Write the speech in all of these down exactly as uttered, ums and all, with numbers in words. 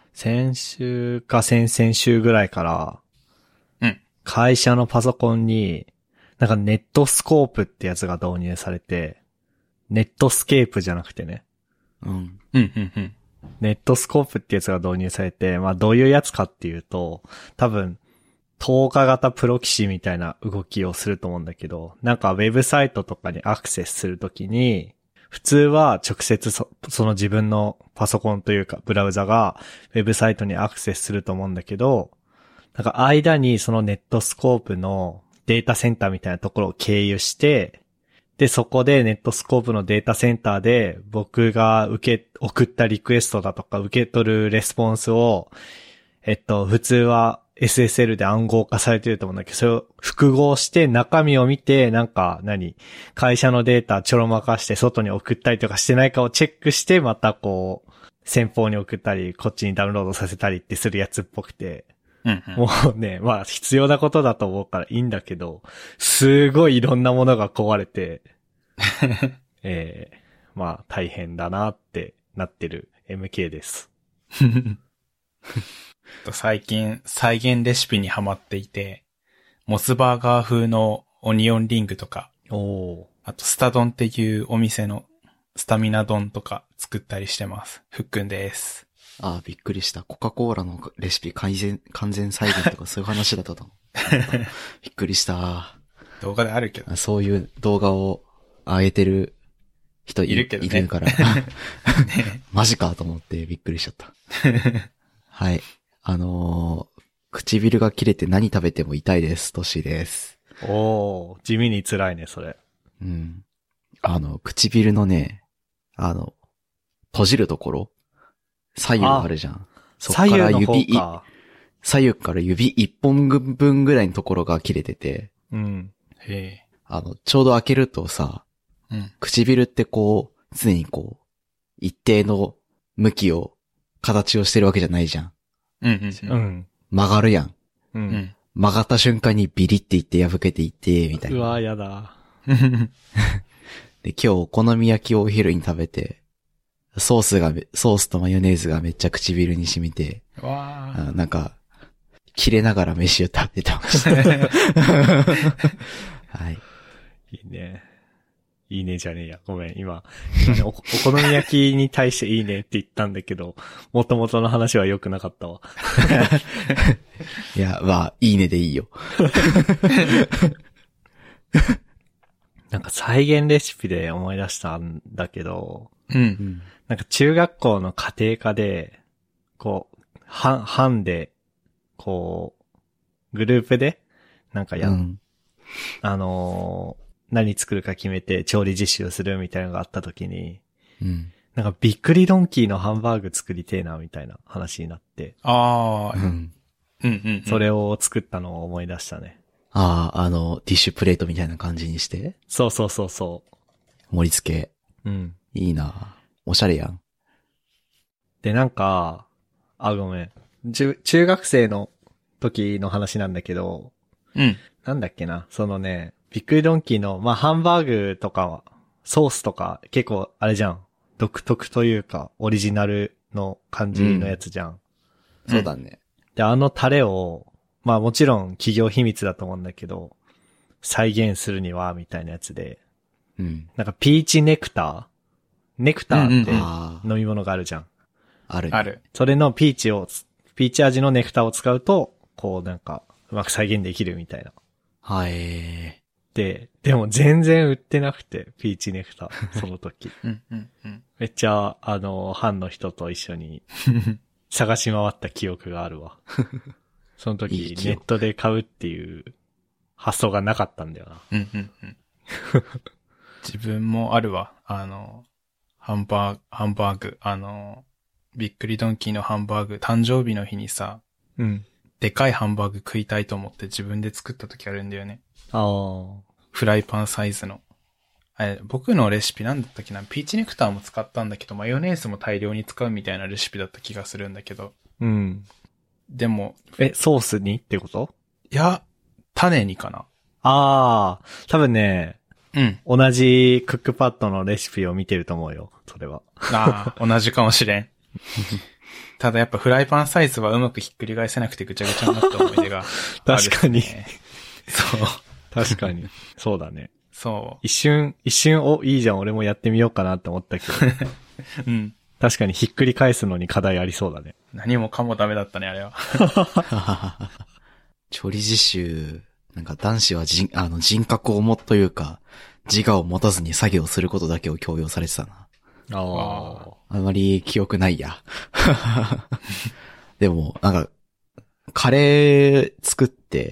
先週か先々週ぐらいから、 うん。 会社のパソコンに、なんかネットスコープってやつが導入されて、ネットスケープじゃなくてね。 うん。 うん、うん、うん。 ネットスコープってやつが導入されて、まあどういうやつかっていうと、多分、透過型プロキシみたいな動きをすると思うんだけど、なんかウェブサイトとかにアクセスするときに、普通は直接 そ, その自分のパソコンというかブラウザがウェブサイトにアクセスすると思うんだけど、なんか間にそのネットスコープのデータセンターみたいなところを経由して、で、そこでネットスコープのデータセンターで僕が受け、送ったリクエストだとか受け取るレスポンスを、えっと、普通はエスエスエル で暗号化されてると思うんだけど、それを複合して中身を見て、なんか何、会社のデータちょろまかして外に送ったりとかしてないかをチェックして、またこう、先方に送ったり、こっちにダウンロードさせたりってするやつっぽくて、 うんうん、 もうね、まあ必要なことだと思うからいいんだけど、すごいいろんなものが壊れて、えー、まあ大変だなってなってる エムケー です。 最近再現レシピにハマっていて、モスバーガー風のオニオンリングとか、 おー、 あとスタ丼っていうお店のスタミナ丼とか作ったりしてます。ふっくんです。 ああ、びっくりした。コカ・コーラのレシピ改善、完全再現とかそういう話だったと思う。びっくりした。 動画であるけど。 そういう動画を上げてる人 い, いるけどね。 いるから。ね、マジかと思ってびっくりしちゃった。はい。あのー、唇が切れて何食べても痛いです。トシです。 おー、地味に辛いね、それ。 うん。あの、唇のね、あの、閉じるところ左右あるじゃん。そっから指、左右から指一本分ぐらいのところが切れてて。 うん。 へえ。 あの、ちょうど開けるとさ、 うん、 唇ってこう、常にこう、一定の向きを、形をしてるわけじゃないじゃん。 うんうんうん。 曲がるやん。 うん。 曲がった瞬間にビリっていって破けていって、みたいな。 うわーやだ。 で、今日お好み焼きをお昼に食べて、ソースが、ソースとマヨネーズがめっちゃ唇に染みて、 わあなんか、切れながら飯を食べてました。はい。 いいね。いいねじゃねえや。ごめん、今、今ね、お、お好み焼きに対していいねって言ったんだけど、元々の話は良くなかったわ。 いや、まあ、いいねでいいよ。 なんか再現レシピで思い出したんだけど、 うん。 なんか中学校の家庭科で、こう、班、班で、こう、グループで、なんかや、うん、あのー、何作るか決めて調理実習するみたいなのがあった時に、 うん、 なんかびっくりドンキーのハンバーグ作りてえなみたいな話になって、 ああ、 うん、 うんうんうん、 それを作ったのを思い出したね。 ああ、あの、ティッシュプレートみたいな感じにして。 そうそうそうそう。 盛り付け。 うん。 いいな。おしゃれやん。 で、なんか、あ、ごめん。中、中学生の時の話なんだけど、 うん。 なんだっけな、そのね、びっくりドンキーの、まあ、ハンバーグとかは、ソースとか、結構、あれじゃん。独特というか、オリジナルの感じのやつじゃん。 うん、そうだね。 で、あのタレを、まあもちろん企業秘密だと思うんだけど、再現するには、みたいなやつで、 うん。 なんかピーチネクターネクターって飲み物があるじゃん。 ある。 ある。 それのピーチを、ピーチ味のネクターを使うと、こうなんか、うまく再現できるみたいな。 はい。 で、でも全然売ってなくて、ピーチネクター、その時。 うんうんうん、 めっちゃ、あの、班の人と一緒に探し回った記憶があるわ。その時いいネットで買うっていう発想がなかったんだよな。 うんうんうん、自分もあるわ。あの、ハンバーグ、ハンバーグ、あの、びっくりドンキーのハンバーグ、誕生日の日にさ、 うん。 でかいハンバーグ食いたいと思って自分で作った時あるんだよね。 ああ。 フライパンサイズの。あれ、僕のレシピなんだったっけな、ピーチネクターも使ったんだけど、マヨネーズも大量に使うみたいなレシピだった気がするんだけど。 うん。 でも。 え、ソースにってこと？ いや、種にかな。 ああ、多分ね、 うん。 同じクックパッドのレシピを見てると思うよ、それは。 ああ、同じかもしれん。 ただやっぱフライパンサイズはうまくひっくり返せなくてぐちゃぐちゃになった思い出がある、ね。 確かに。 そう。 確かに。そうだね。 そう。 一瞬、一瞬、お、いいじゃん、俺もやってみようかなって思ったけど。 うん。 確かにひっくり返すのに課題ありそうだね。 何もかもダメだったね、あれは。 調理実習、なんか男子は人、あの人格を持というか、自我を持たずに作業することだけを強要されてたな。 ああ。 あまり記憶ないや。でも、なんか、カレー作って、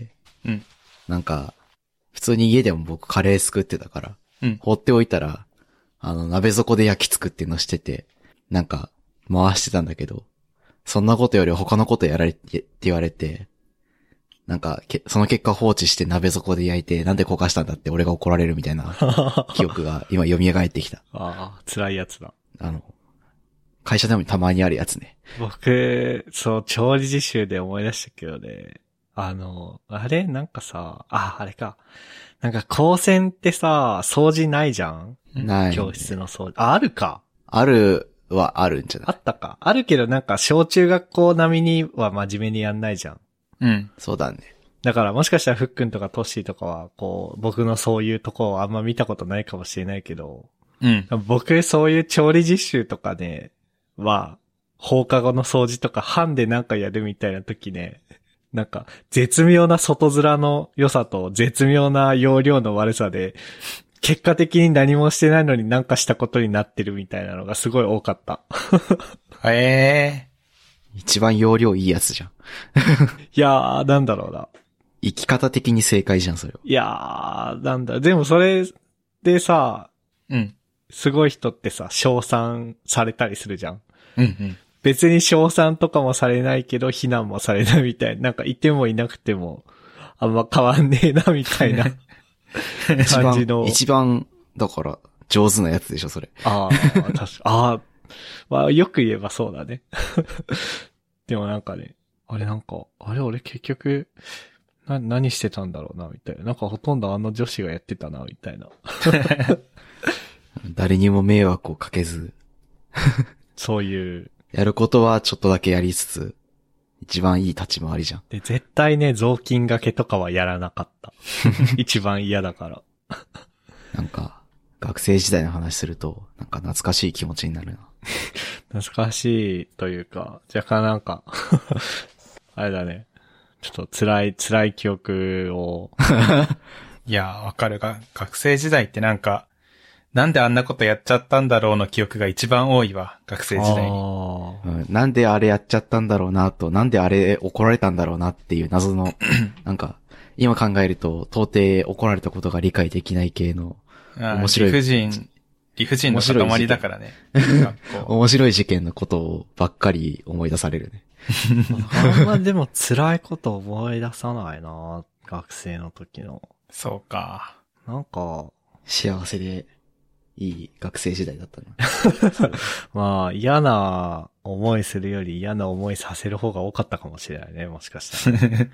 うん。 なんか、普通に家でも僕カレー作ってたから、 うん。 放っておいたら、あの、鍋底で焼きつくっていうのしてて、なんか、回してたんだけど、そんなことより他のことやられて、って言われて、なんか、け、その結果放置して鍋底で焼いて、なんで焦がしたんだって俺が怒られるみたいな記憶が今蘇ってきた。 ああ、辛いやつだ。 あの、会社でもたまにあるやつね。 僕、そう、調理実習で思い出したけどね。あの、あれなんかさ、あ、あれか。なんか高専ってさ、掃除ないじゃん？ ない。 教室の掃除。あ、あるか。 あるはあるんじゃない？ あったか。あるけどなんか小中学校並みには真面目にやんないじゃん。 うん。 そうだね。 だからもしかしたらふっくんとかトッシーとかは、こう、僕のそういうとこをあんま見たことないかもしれないけど、 うん。 僕そういう調理実習とかね、は、放課後の掃除とか班でなんかやるみたいな時ね、なんか、絶妙な外面の良さと絶妙な容量の悪さで、結果的に何もしてないのになんかしたことになってるみたいなのがすごい多かった。 ええー。一番容量いいやつじゃん。 いやー、なんだろうな。 生き方的に正解じゃん、それは。 いやー、なんだ。でもそれでさ、 うん。 すごい人ってさ、称賛されたりするじゃん。 うんうん。 別に称賛とかもされないけど、非難もされないみたいな。なんかいてもいなくても、あんま変わんねえな、みたいな感じの。 一番、だから、上手なやつでしょ、それ。 ああ、確かああ、まあ、よく言えばそうだね。でもなんかね、あれなんか、あれ俺結局、な、何してたんだろうな、みたいな。なんかほとんどあの女子がやってたな、みたいな。 誰にも迷惑をかけず。 そういう。 やることはちょっとだけやりつつ、一番いい立ち回りじゃん。 で、絶対ね、雑巾掛けとかはやらなかった。一番嫌だから。 なんか、学生時代の話すると、なんか懐かしい気持ちになるな。 懐かしいというか、若干なんか、あれだね。ちょっと辛い、辛い記憶を。 いやー、わかるが、学生時代ってなんか、なんであんなことやっちゃったんだろうの記憶が一番多いわ、学生時代に。 うん、なんであれやっちゃったんだろうなと、なんであれ怒られたんだろうなっていう謎の、なんか、今考えると、到底怒られたことが理解できない系の、面白い。 理不尽、理不尽の塊だからね。 面白い事件のことをばっかり思い出されるね。 あんまでも辛いこと思い出さないな、学生の時の。 そうか。 なんか、 幸せで、いい学生時代だったな。 まあ、嫌な思いするより嫌な思いさせる方が多かったかもしれないね、もしかしたら。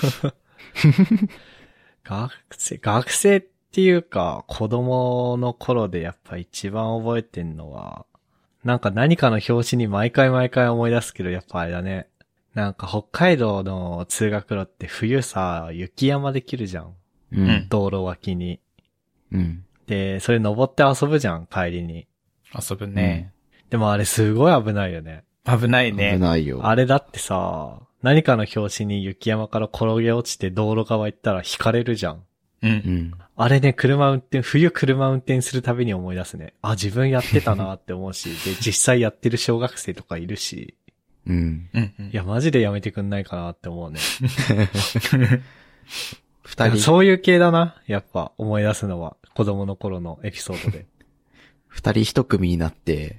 学生、学生っていうか、子供の頃でやっぱ一番覚えてんのは、なんか何かの表紙に毎回毎回思い出すけど、やっぱあれだね。なんか北海道の通学路って冬さ、雪山できるじゃん。 うん。 道路脇に。 うん。 で、それ登って遊ぶじゃん、帰りに。 遊ぶね。 うん、でもあれすごい危ないよね。 危ないね。 危ないよ。 あれだってさ、何かの拍子に雪山から転げ落ちて道路側行ったら引かれるじゃん。 うん。 うん。 あれね、車運転、冬車運転するたびに思い出すね。あ、自分やってたなって思うし、で、実際やってる小学生とかいるし。 うん。 うん、うん。 いや、マジでやめてくんないかなって思うね。 二人。 そういう系だな。やっぱ思い出すのは。子供の頃のエピソードで。 二人一組になって、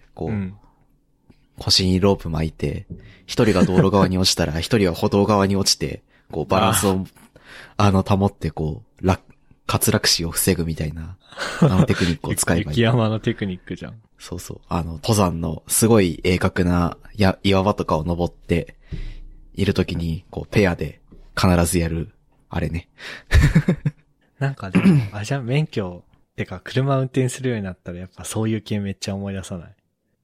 こう、 うん、 腰にロープ巻いて、一人が道路側に落ちたら、一人は歩道側に落ちて、こうバランスを、あ, あの、保って、こう、落、滑落死を防ぐみたいな、あのテクニックを使えばいい。 雪山のテクニックじゃん。 そうそう。あの、登山のすごい鋭角なや岩場とかを登っているときに、こう、ペアで必ずやる、あれね。 なんかでも、あ、じゃあ免許、てか車運転するようになったらやっぱそういう系めっちゃ思い出さない。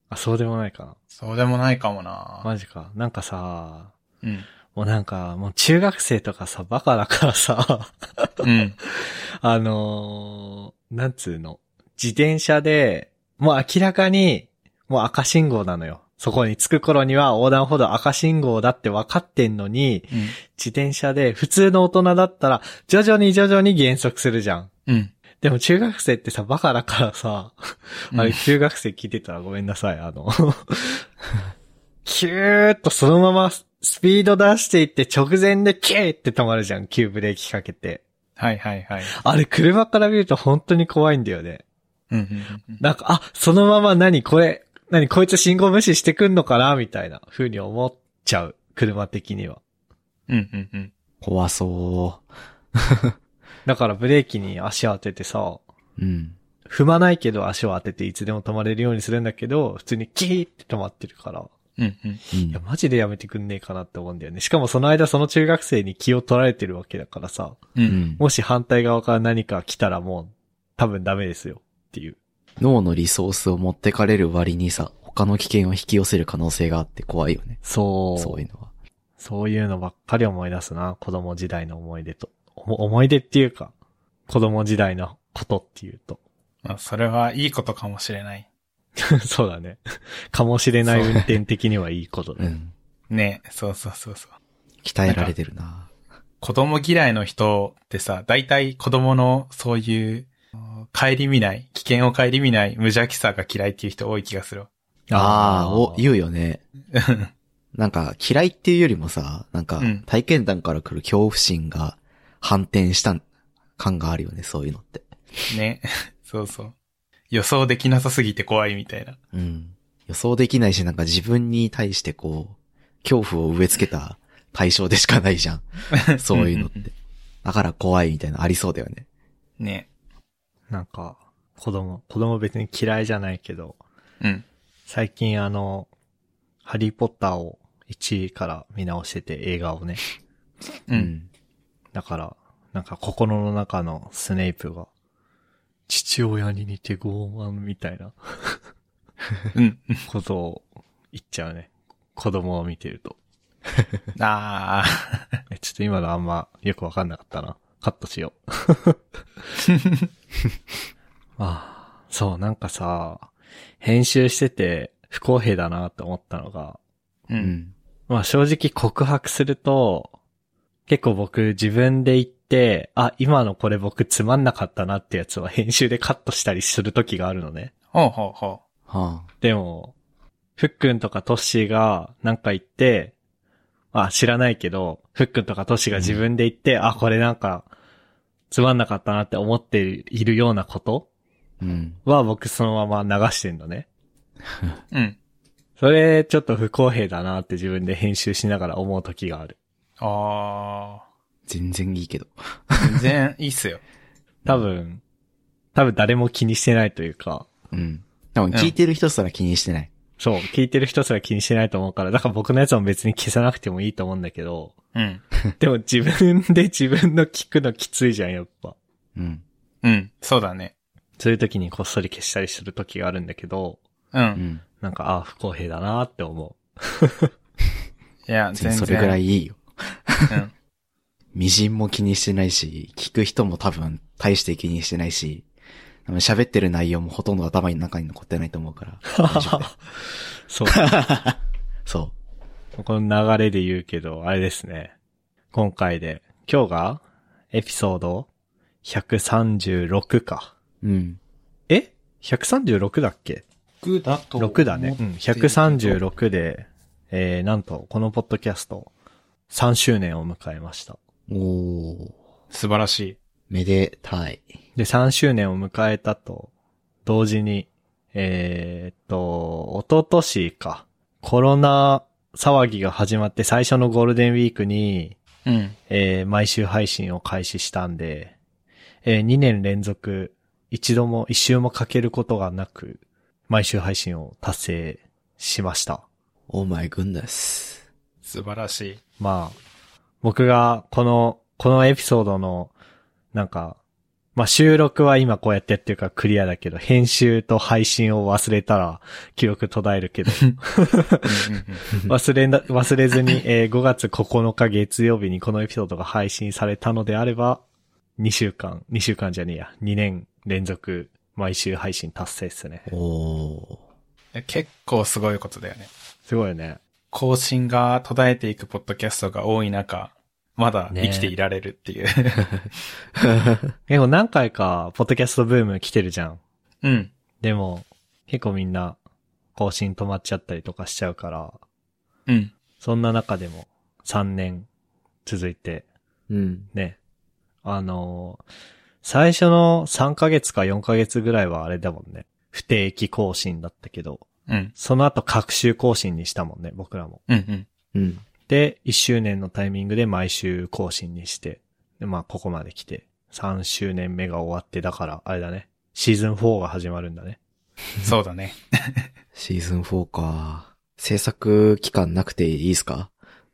あ、そうでもないかな。 そうでもないかもな。 マジか。なんかさ、 うん。 もうなんか、もう中学生とかさ、バカだからさ、 うん。 あのー、なんつうの。自転車で、もう明らかに、もう赤信号なのよ。そこに着く頃には横断歩道赤信号だって分かってんのに、 うん。 自転車で普通の大人だったら、徐々に徐々に減速するじゃん。 うん。 でも中学生ってさ、バカだからさ、 うんあれ中学生聞いてたらごめんなさい、あの、キューッとそのままスピード出していって直前でキーって止まるじゃん、急ブレーキかけて。 はいはいはい。 あれ車から見ると本当に怖いんだよね。 うんうんうん。 なんか、あ、そのまま何これ、何こいつ信号無視してくんのかなみたいな風に思っちゃう、車的には。 うんうんうん。 怖そだからブレーキに足を当ててさ、 う。うん。 踏まないけど足を当てていつでも止まれるようにするんだけど、普通にキーって止まってるから。 うんうん。 うんいや、マジでやめてくんねえかなって思うんだよね。しかもその間その中学生に気を取られてるわけだからさ、 う。 うんん。 もし反対側から何か来たらもう多分ダメですよっていう。 脳のリソースを持ってかれる割にさ、他の危険を引き寄せる可能性があって怖いよね。 そう。 そういうのは。 そういうのばっかり思い出すな。子供時代の思い出と。お思い出っていうか、子供時代のことっていうと。 まあ、それはいいことかもしれない。 そうだね。かもしれない運転的にはいいことだ。 うん。 ねえ、そうそうそうそう。 鍛えられてるな。 子供嫌いの人ってさ、大体子供のそういう、顧みない、危険を顧みない無邪気さが嫌いっていう人多い気がする。 ああ、を言う。 うよね。なんか嫌いっていうよりもさ、なんかうん体験談から来る恐怖心が反転した感があるよね、そういうのって。 ね。そうそう。予想できなさすぎて怖いみたいな。 うん。予想できないし、なんか自分に対してこう、恐怖を植え付けた対象でしかないじゃん。そういうのって。だから怖いみたいなのありそうだよね。 ね。 なんか、子供、子供別に嫌いじゃないけど、 うん。 最近あの、ハリーポッターをいちいから見直してて映画をね。 う。 うんん。 だから、なんか心の中のスネイプが、父親に似て傲慢みたいなうん。 ことを言っちゃうね。子供を見てると。 ああ。 えちょっと今のあんまよくわかんなかったな。カットしよう。まあ、そう、なんかさ、編集してて不公平だなって思ったのが、 う。 うんん。 まあ正直告白すると、結構僕自分で言って、あ、今のこれ僕つまんなかったなってやつは編集でカットしたりする時があるのね。 ほうほうほはあ。 でも、ふっくんとかトッシーがなんか言って、あ、知らないけど、ふっくんとかトッシーが自分で言って、あ、これなんか、つまんなかったなって思っているようなことうん。 は僕そのまま流してんのね。 う。うん。 それちょっと不公平だなって自分で編集しながら思う時がある。 ああ。 全然いいけど。 全然いいっすよ。 多分、多分誰も気にしてないというか、 うん。多分聞いてる人すら気にしてない。 そう、聞いてる人すら気にしてないと思うから、だから僕のやつも別に消さなくてもいいと思うんだけど、 うん。 でも自分で自分の聞くのきついじゃん、やっぱ。 うん。 うん。そうだね。 そういう時にこっそり消したりする時があるんだけど、 う。 うんん。 なんか、ああ、不公平だなって思いや、全然。 それぐらいいいよ。 うん。 微塵も気にしてないし、聞く人も多分大して気にしてないし、多分喋ってる内容もほとんど頭の中に残ってないと思うから。大丈夫だよう。そう。 そこの流れで言うけど、あれですね。今回で、今日がエピソードひゃくさんじゅうろくか。 う。うん。 え ?ひゃくさんじゅうろく だっけろくだと。 ろくだね。うん。ひゃくさんじゅうろくで、えー、なんと、このポッドキャスト、さんしゅうねんを迎えました。 おー。 素晴らしい。 めでたい。 で、さんしゅうねんを迎えたと、同時に、えーっと、一昨年か、コロナ騒ぎが始まって最初のゴールデンウィークに、 うん。 えー毎週配信を開始したんで、えーにねん連続、一度も、一周もかけることがなく、毎週配信を達成しました。 オーマイグンネス。 素晴らしい。 まあ、僕がこの、このエピソードの、なんか、 まあ、収録は今こうやってやってるからクリアだけど、編集と配信を忘れたら記録途絶えるけど。忘れな、忘れずに、えー、ごがつここのか月曜日にこのエピソードが配信されたのであれば、にしゅうかん、にしゅうかんじゃねえや、にねん連続毎週配信達成っすね。 おー。結構すごいことだよね。 すごいよね。 更新が途絶えていくポッドキャストが多い中、まだ生きていられるっていう。ね、 結構何回かポッドキャストブーム来てるじゃん。 うん。 でも、結構みんな更新止まっちゃったりとかしちゃうから、 うん。 そんな中でもさんねん続いて、 うん。 ね。あのー、最初のさんかげつかよんかげつぐらいはあれだもんね。不定期更新だったけど、 うん。 その後各週更新にしたもんね、僕らも。 うんうん。 うん。 で、いっしゅうねんのタイミングで毎週更新にして、で、まあここまで来て、さんしゅうねんめが終わって、だからあれだね。シーズンフォーが始まるんだね。 そうだね。 シーズンフォーか。制作期間なくていいですか？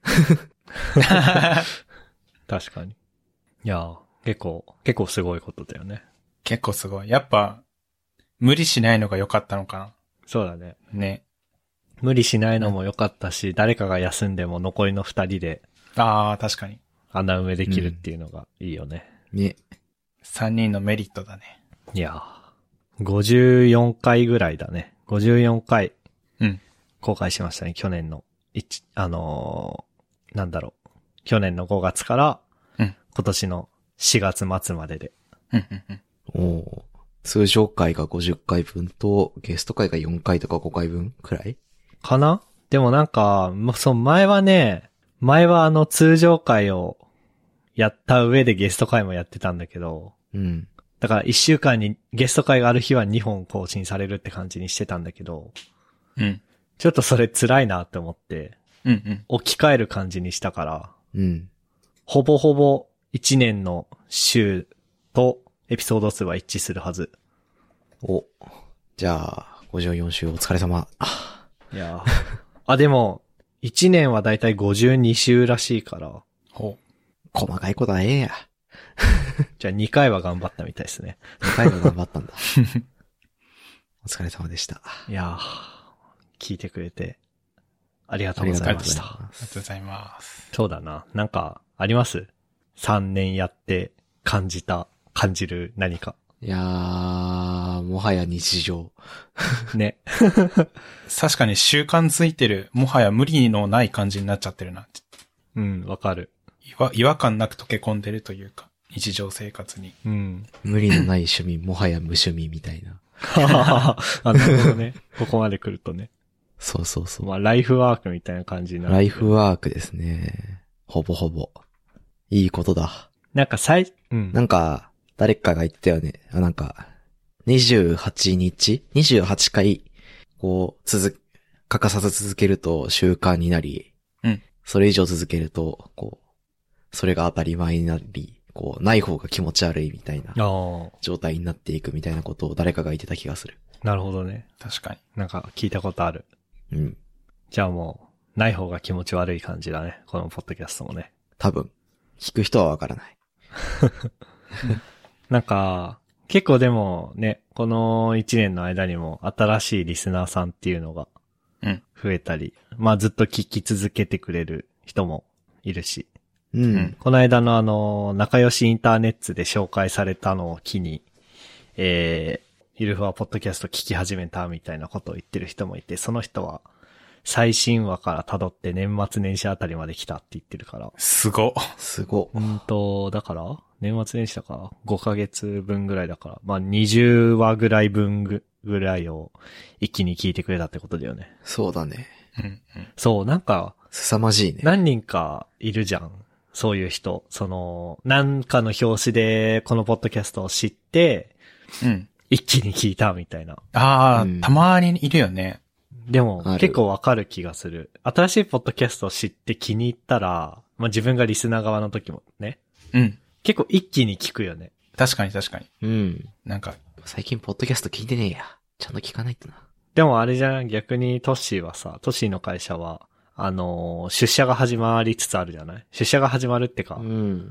確かに。いやー、結構、結構すごいことだよね。 結構すごい。やっぱ、無理しないのが良かったのかな。 そうだね。 ね。 無理しないのも良かったし、誰かが休んでも残りの二人でああ、確かに。 穴埋めできるっていうのがいいよね。 ね。 三人のメリットだね。 いやー、ごじゅうよんかいぐらいだね。ごじゅうよんかい。 うん。 公開しましたね、去年の。一、あのー、なんだろう。去年のごがつから、 うん今年のしがつ末までで。 うんうんうん。 おー。通常回がごじゅっかいぶんと、ゲスト回がよんかいとかごかいぶんくらいかな？でもなんか、もうそう、前はね、前はあの通常回をやった上でゲスト回もやってたんだけど、 うん。 だからいっしゅうかんにゲスト回がある日はにほん更新されるって感じにしてたんだけど、 うん。 ちょっとそれ辛いなって思って、 うんうん。 置き換える感じにしたから、 うん。 ほぼほぼいちねんの週とエピソード数は一致するはず。 お。じゃあ、ごじゅうよん週お疲れ様。あいやーあ、でも、いちねんはだいたいごじゅうに週らしいから、 ほ細かいことはええや。 じゃあにかいは頑張ったみたいですね。 にかいも頑張ったんだ。お疲れ様でした。 いやー、聞いてくれて、ありがとうございました。 う。ありがとうございます。 そうだな。なんか、あります ?さん 年やって感じた、感じる何か。 いやー、もはや日常。 ね。 確かに習慣ついてる、もはや無理のない感じになっちゃってるな。 うん、わかる。 違和、違和感なく溶け込んでるというか、日常生活に。 うん。 無理のない趣味、もはや無趣味みたいな。 あ、なるほどね。ここまで来るとね。 そうそうそう。 まあ、ライフワークみたいな感じになる。 ライフワークですね。ほぼほぼ。いいことだ。 なんか最、うん。 なんか、誰かが言ってたよね。あ、なんか、にじゅうはちにち ?にじゅうはち 回、こう、続、欠かさず続けると習慣になり、 うん。 それ以上続けると、こう、それが当たり前になり、こう、ない方が気持ち悪いみたいなああ、 状態になっていくみたいなことを誰かが言ってた気がする。 なるほどね。 確かに。 なんか聞いたことある。 うん。 じゃあもう、ない方が気持ち悪い感じだね。このポッドキャストもね。 多分、聞く人はわからない。 なんか、結構でもね、このいちねんの間にも新しいリスナーさんっていうのがうん。 増えたり、まあずっと聞き続けてくれる人もいるし、 うん。 うんこの間のあの、仲良しインターネットで紹介されたのを機に、えー、ゆるふわポッドキャスト聞き始めたみたいなことを言ってる人もいて、その人は最新話から辿って年末年始あたりまで来たって言ってるから。 すご。 すご。 うんと、だから年末年始だからごかげつぶんぐらいだから、まあにじゅうわぐらい分ぐぐらいを一気に聞いてくれたってことだよね。 そうだね。 うんうん。 そう、なんか、 凄まじいね。 何人かいるじゃん。そういう人。その、なんかの表紙でこのポッドキャストを知って、 うん。 一気に聞いたみたいな。 ああ、 うんたまにいるよね。 でもある結構わかる気がする。新しいポッドキャストを知って気に入ったら、まあ自分がリスナー側の時もね、 うん。 結構一気に聞くよね。 確かに確かに。 うん。 なんか、 最近ポッドキャスト聞いてねえや。ちゃんと聞かないとな。 でもあれじゃん、逆にトッシーはさ、トッシーの会社は、 あのー、出社が始まりつつあるじゃない？出社が始まるってか、 うん。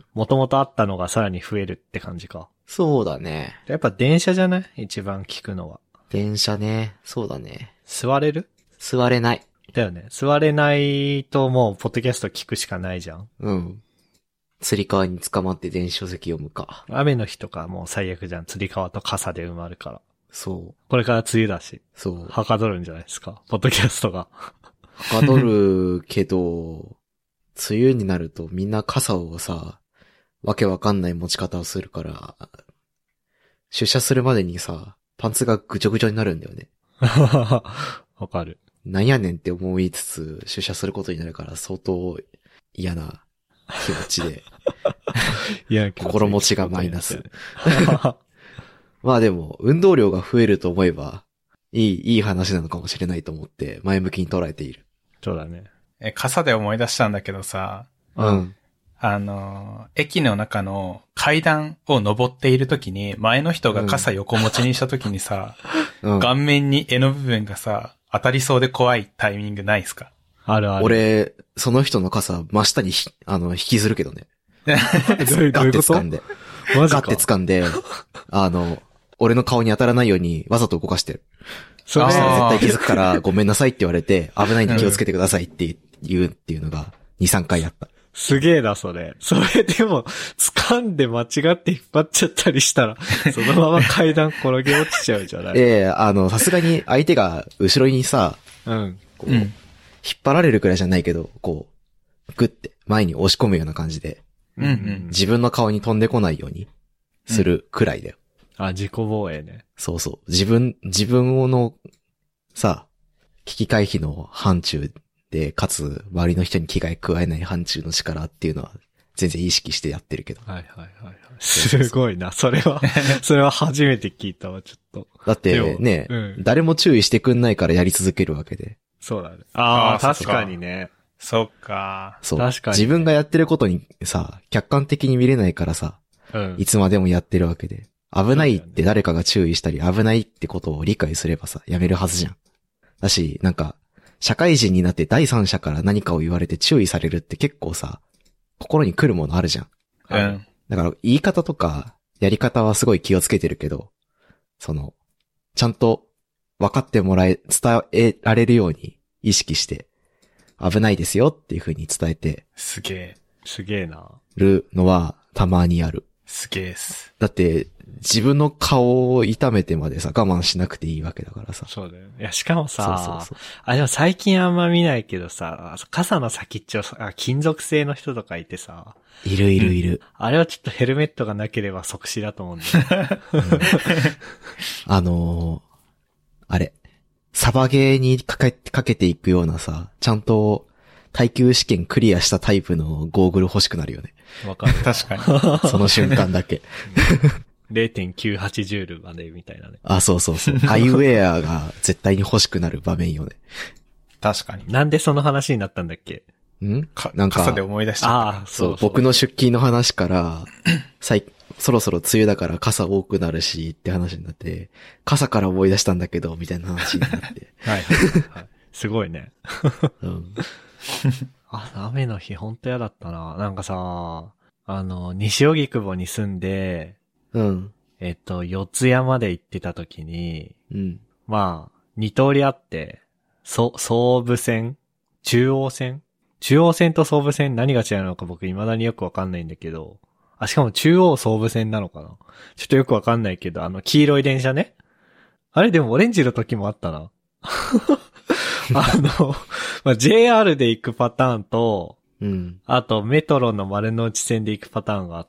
もともとあったのがさらに増えるって感じか。 そうだね。 やっぱ電車じゃない？一番聞くのは。 電車ね。そうだね。 座れる？ 座れない。 だよね。座れないともう、ポッドキャスト聞くしかないじゃん。 うん。釣り革に捕まって電子書籍読むか。 雨の日とかもう最悪じゃん。釣り革と傘で埋まるから。 そう。 これから梅雨だし。 そう。 はかどるんじゃないですか。ポッドキャストが。 はかどるけど、梅雨になるとみんな傘をさ、わけわかんない持ち方をするから、出社するまでにさ、パンツがぐちょぐちょになるんだよね。 わかる。 なんやねんって思いつつ出社することになるから相当嫌な気持ちで。 いや、 心持ちがマイナス。まあでも、運動量が増えると思えば、いい、いい話なのかもしれないと思って前向きに捉えている。 そうだね。 え、傘で思い出したんだけどさ、 うん。 あの、駅の中の階段を登っているときに、前の人が傘横持ちにしたときにさ、 うん、 顔面に柄の部分がさ、当たりそうで怖いタイミングないっすか？ あるある。 俺、その人の傘真下にひ、あの、引きずるけどね。 どういうガッてこと？ 掴んで。 マジか。 ガッて掴んで、あの、俺の顔に当たらないようにわざと動かしてる。 それそしたら絶対気づくからごめんなさいって言われて、危ないんで気をつけてくださいって言うっていうのがに、さんかいやった。 すげえな、それ。それでも、掴んで間違って引っ張っちゃったりしたら、そのまま階段転げ落ちちゃうじゃない？ ええー、あの、さすがに相手が後ろにさ、 うん。 こう、うん、引っ張られるくらいじゃないけど、こう、グッて前に押し込むような感じで、 うんうん、 自分の顔に飛んでこないようにするくらいだよ。 うん、あ、自己防衛ね。 そうそう。自分、自分の、さ、危機回避の範疇で、かつ、周りの人に危害加えない範疇の力っていうのは、全然意識してやってるけど。 はいはいはいはい。すごいな。それは、それは初めて聞いたわ、ちょっと。 だってね、うん、誰も注意してくんないからやり続けるわけで。 そうだね。ああ、確かにね。 そっか。 そう。 確かに、ね。 自分がやってることにさ、客観的に見れないからさ、うん、いつまでもやってるわけで。危ないって誰かが注意したり、危ないってことを理解すればさ、やめるはずじゃん。だし、なんか、社会人になって第三者から何かを言われて注意されるって結構さ、心に来るものあるじゃん。 うん。 だから言い方とか、やり方はすごい気をつけてるけど、その、ちゃんと分かってもらえ、伝えられるように意識して、危ないですよっていう風に伝えて。 すげえ。 すげえな。 るのはたまにある。 すげえっす。 だって、自分の顔を痛めてまでさ、我慢しなくていいわけだからさ。 そうだよね。いや、しかもさ、 そうそうそう。 あ、でも最近あんま見ないけどさ、傘の先っちょ、あ、金属製の人とかいてさ。 いるいるいる。 うん、あれはちょっとヘルメットがなければ即死だと思うんだよ、うん。 あのー、あれ、サバゲーにかけ、かけていくようなさ、ちゃんと耐久試験クリアしたタイプのゴーグル欲しくなるよね。 わかる。 確かに。その瞬間だけ。 れいてんきゅうはち ジュールまでみたいなね。 あ、そうそうそう。アイウェアが絶対に欲しくなる場面よね。 確かに。 なんでその話になったんだっけ？ んか、なんか。傘で思い出した。 ああ、 そうそう。僕の出勤の話から、最、そろそろ梅雨だから傘多くなるしって話になって、傘から思い出したんだけど、みたいな話になって。 はいはい、はい。すごいね。 うん。 あ、雨の日ほんと嫌だったな。なんかさ、あの、西荻窪に住んで、 うん。 えっと、四谷まで行ってた時に、 うん。 まあ、二通りあって、そ、総武線中央線中央線と総武線何が違うのか僕未だによくわかんないんだけど、あ、しかも中央総武線なのかな？ちょっとよくわかんないけど、あの、黄色い電車ね。あれでもオレンジの時もあったな。あの、まあ、ジェイアール で行くパターンと、 うん。 あとメトロの丸の内線で行くパターンがあって、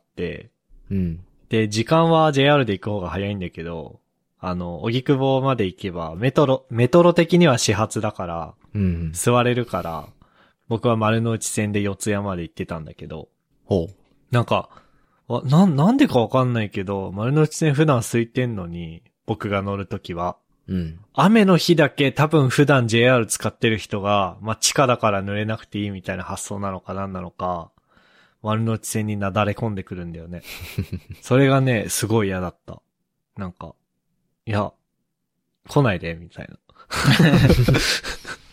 うん。 で、時間は ジェイアール で行く方が早いんだけど、あの、荻窪まで行けば、メトロ、メトロ的には始発だから、 うん。 座れるから、僕は丸の内線で四谷まで行ってたんだけど、 ほう。 なんか、な、なんでかわかんないけど、丸の内線普段空いてんのに、僕が乗るときは、 うん。 雨の日だけ多分普段 ジェイアール 使ってる人が、まあ、地下だから濡れなくていいみたいな発想なのかなんなのか、丸の内線になだれ込んでくるんだよね。それがね、すごい嫌だった。なんか、いや、来ないで、みたいな。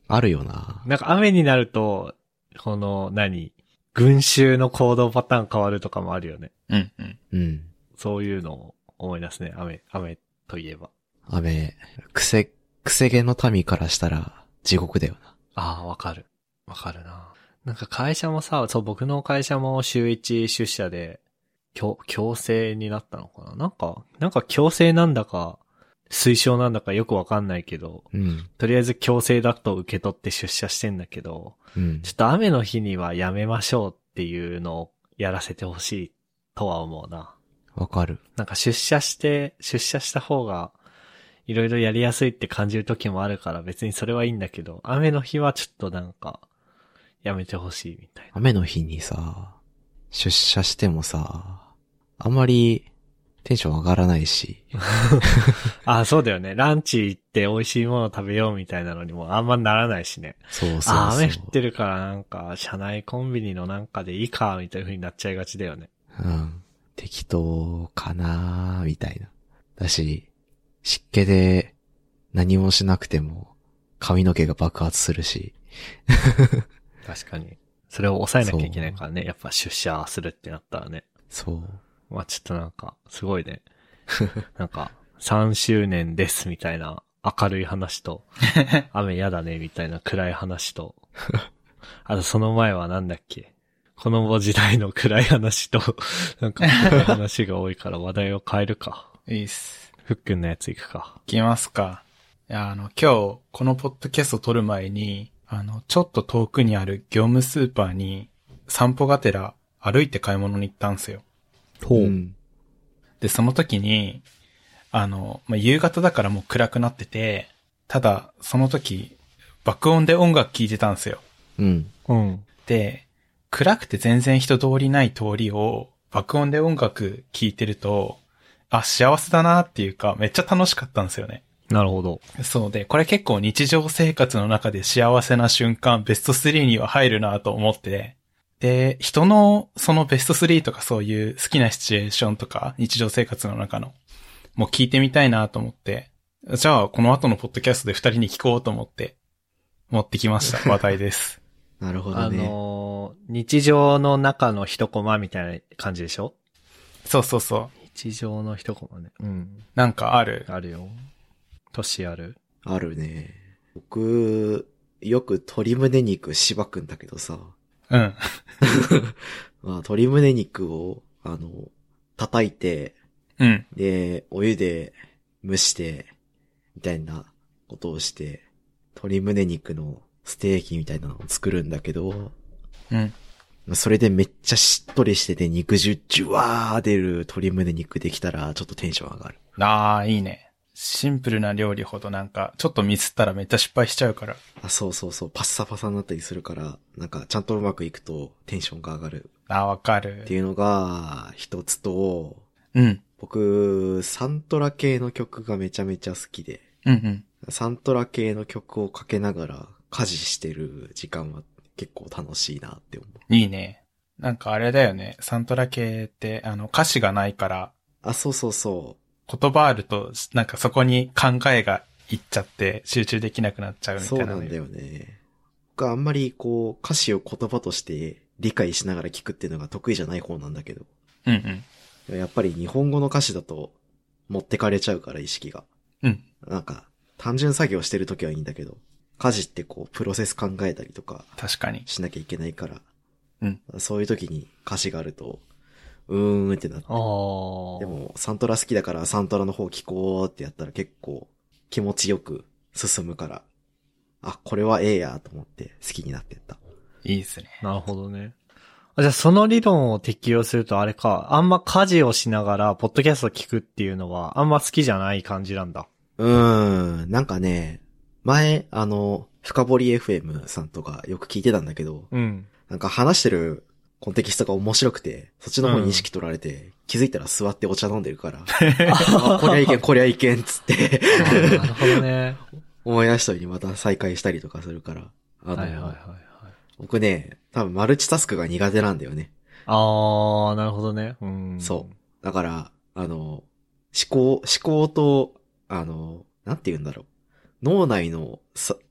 あるよな。 なんか雨になると、この、何群衆の行動パターン変わるとかもあるよね。 うんうん。 うん。 そういうのを思い出すね。雨、雨といえば。 雨、くせ、くせ毛の民からしたら地獄だよな。 ああ、わかる。わかるな。なんか会社もさ、そう、僕の会社も週一出社で、強、強制になったのかななんか、なんか強制なんだか、推奨なんだかよくわかんないけど、 うん。 とりあえず強制だと受け取って出社してんだけど、 うん。 ちょっと雨の日にはやめましょうっていうのをやらせてほしいとは思うな。 わかる。 なんか出社して、出社した方が、いろいろやりやすいって感じる時もあるから別にそれはいいんだけど、雨の日はちょっとなんか、やめてほしいみたいな。 雨の日にさ、出社してもさ、あんまりテンション上がらないし。 あ、そうだよね。ランチ行って美味しいもの食べようみたいなのにもあんまならないしね。 そうそうそう。 あ、雨降ってるからなんか、車内コンビニのなんかでいいか、みたいな風になっちゃいがちだよね。 うん。適当かなーみたいな。だし、湿気で何もしなくても髪の毛が爆発するし。 確かに。それを抑えなきゃいけないからね。やっぱ出社するってなったらね。 そう。 まあちょっとなんか、すごいね。なんか、さんしゅうねんですみたいな明るい話と、雨やだねみたいな暗い話と、あとその前はなんだっけ。この時代の暗い話と、なんか暗い話が多いから話題を変えるか。 いいっす。 ふっくんのやつ行くか。 行きますか。いや、あの、今日、このポッドキャスト撮る前に、あの、ちょっと遠くにある業務スーパーに、散歩がてら歩いて買い物に行ったんすよ。 ほう。うん、 で、その時に、あの、まあ、夕方だからもう暗くなってて、ただ、その時、爆音で音楽聴いてたんすよ。 うん。 うん。 で、暗くて全然人通りない通りを、爆音で音楽聴いてると、あ、幸せだなっていうか、めっちゃ楽しかったんですよね。 なるほど。 そうで、これ結構日常生活の中で幸せな瞬間、ベストスリーには入るなと思って、で、人のそのベストスリーとかそういう好きなシチュエーションとか、日常生活の中の、もう聞いてみたいなと思って、じゃあこの後のポッドキャストで二人に聞こうと思って、持ってきました。話題です。 なるほどね。 あのー、日常の中の一コマみたいな感じでしょ？ そうそうそう。 日常の一コマね。うん。 なんかある？ あるよ。年ある？ あるね。僕、よく鶏胸肉しばくんだけどさ。 うん。 まあ、鶏胸肉を、あの、叩いて、 うん。 で、お湯で蒸して、みたいなことをして、鶏胸肉のステーキみたいなのを作るんだけど、 うん。 それでめっちゃしっとりしてて肉汁ジュワー出る鶏胸肉できたらちょっとテンション上がる。 ああ、いいね。シンプルな料理ほどなんか、ちょっとミスったらめっちゃ失敗しちゃうから。 あ、そうそうそう、パッサパサになったりするから、なんかちゃんとうまくいくとテンションが上がる。 ああ、わかる。 っていうのが一つと、 うん。 僕、サントラ系の曲がめちゃめちゃ好きで、 うんうん。 サントラ系の曲をかけながら家事してる時間は結構楽しいなって思う。 いいね。なんかあれだよね。サントラ系って、あの、歌詞がないから。 あ、そうそうそう。 言葉あると、なんかそこに考えがいっちゃって集中できなくなっちゃうみたいな、ね。 そうなんだよね。僕はあんまりこう歌詞を言葉として理解しながら聞くっていうのが得意じゃない方なんだけど。 うんうん。 やっぱり日本語の歌詞だと持ってかれちゃうから意識が。 うん。 なんか単純作業してるときはいいんだけど、家事ってこうプロセス考えたりとか。 確かに。 しなきゃいけないから。 うん。 そういうときに歌詞があると、うーんってなって。でも、サントラ好きだからサントラの方聞こうってやったら結構気持ちよく進むから、あ、これはええやと思って好きになってった。 いいですね。 なるほどね。あ、じゃあその理論を適用するとあれか、あんま家事をしながらポッドキャスト聞くっていうのはあんま好きじゃない感じなんだ。 うーん、なんかね、前、あの、深堀 エフエム さんとかよく聞いてたんだけど、 うん。 なんか話してるコンテキストが面白くて、そっちの方に意識取られて、うん、気づいたら座ってお茶飲んでるから、あ、こりゃいけん、こりゃいけん、つって。 なるほどね。 思い出したようにまた再開したりとかするから。あの、 はいはいはいはい。 僕ね、多分マルチタスクが苦手なんだよね。 あー、なるほどね。うん。 そう。だから、あの、思考、思考と、あの、なんて言うんだろう。脳内のさ、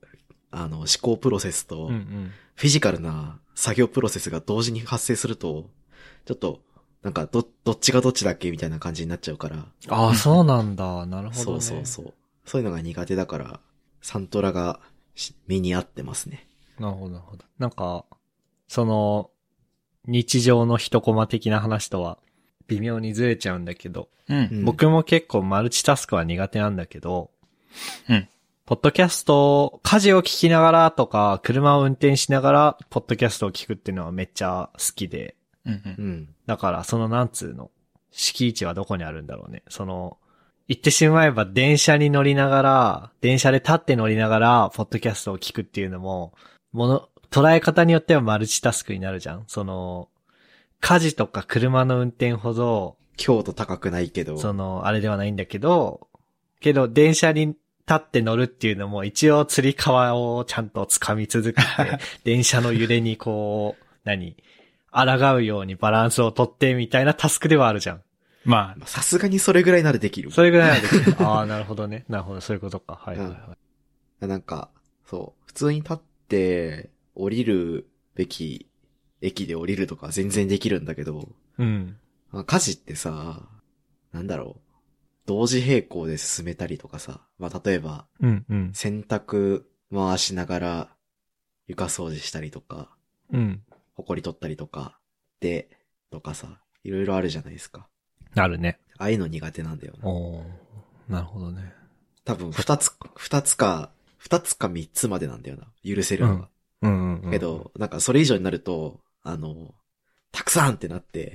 あの、思考プロセスと、 うんうん、 フィジカルな作業プロセスが同時に発生すると、ちょっと、なんか、ど、どっちがどっちだっけみたいな感じになっちゃうから。 ああ、そうなんだ。なるほどね。 そうそうそう。そういうのが苦手だから、サントラが身に合ってますね。 なるほど、なるほど。なんか、その、日常の一コマ的な話とは微妙にずれちゃうんだけど、 うん、 僕も結構マルチタスクは苦手なんだけど、 うん。 ポッドキャスト、家事を聞きながらとか、車を運転しながら、ポッドキャストを聞くっていうのはめっちゃ好きで、 うん、うん。 だから、そのなんつうの、敷地はどこにあるんだろうね。その、言ってしまえば電車に乗りながら、電車で立って乗りながら、ポッドキャストを聞くっていうのも、もの、捉え方によってはマルチタスクになるじゃん。その、家事とか車の運転ほど、 強度高くないけど。 その、あれではないんだけど、けど電車に立って乗るっていうのも一応釣り革をちゃんと掴み続けて、電車の揺れにこう、何抗うようにバランスをとってみたいなタスクではあるじゃん。 まあ、 さすがにそれぐらいならできる。 それぐらいならできる。ああ、なるほどね。なるほど、そういうことか。はいはいはい。 うん、なんか、そう、普通に立って降りるべき駅で降りるとか全然できるんだけど、 うん。 家事ってさ、なんだろう。同時並行で進めたりとかさ。まあ、例えば、 うんうん。 洗濯回しながら床掃除したりとか、 うん。 埃取ったりとか、で、とかさ、いろいろあるじゃないですか。 あるね。 ああいうの苦手なんだよな。 おー。なるほどね。 多分、二つ、二つか、二つか三つまでなんだよな。許せるのが。 うん。うんうんうん。 けど、なんかそれ以上になると、あの、たくさんってなって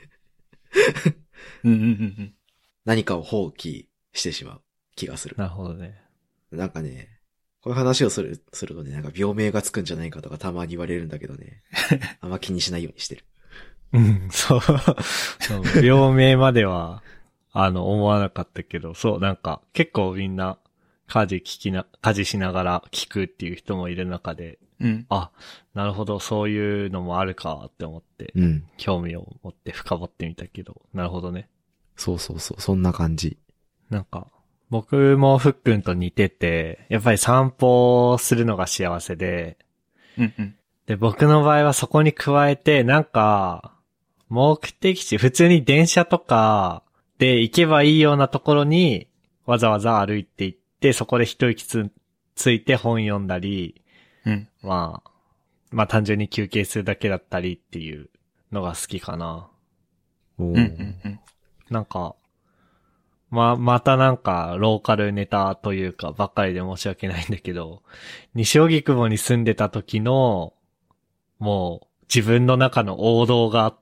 うんうんうん、 何かを放棄してしまう気がする。 なるほどね。 なんかね、こういう話をする、するとね、なんか病名がつくんじゃないかとかたまに言われるんだけどね。あんま気にしないようにしてる。 うん、そう。病名までは、あの、思わなかったけど、そう、なんか、結構みんな、家事聞きな、家事しながら聞くっていう人もいる中で、 うん。 あ、なるほど、そういうのもあるかって思って、 うん。 興味を持って深掘ってみたけど、なるほどね。 そうそうそう、そんな感じ。 なんか、僕もふっくんと似てて、やっぱり散歩するのが幸せで、 うんうん。 で、僕の場合はそこに加えて、なんか、目的地、普通に電車とかで行けばいいようなところに、わざわざ歩いて行って、そこで一息つ、ついて本読んだり、 うん。 まあ、まあ単純に休憩するだけだったりっていうのが好きかな。 おーうんうんうん。 なんか、ま、またなんか、ローカルネタというか、ばっかりで申し訳ないんだけど、西荻窪に住んでた時の、もう、自分の中の王道があって、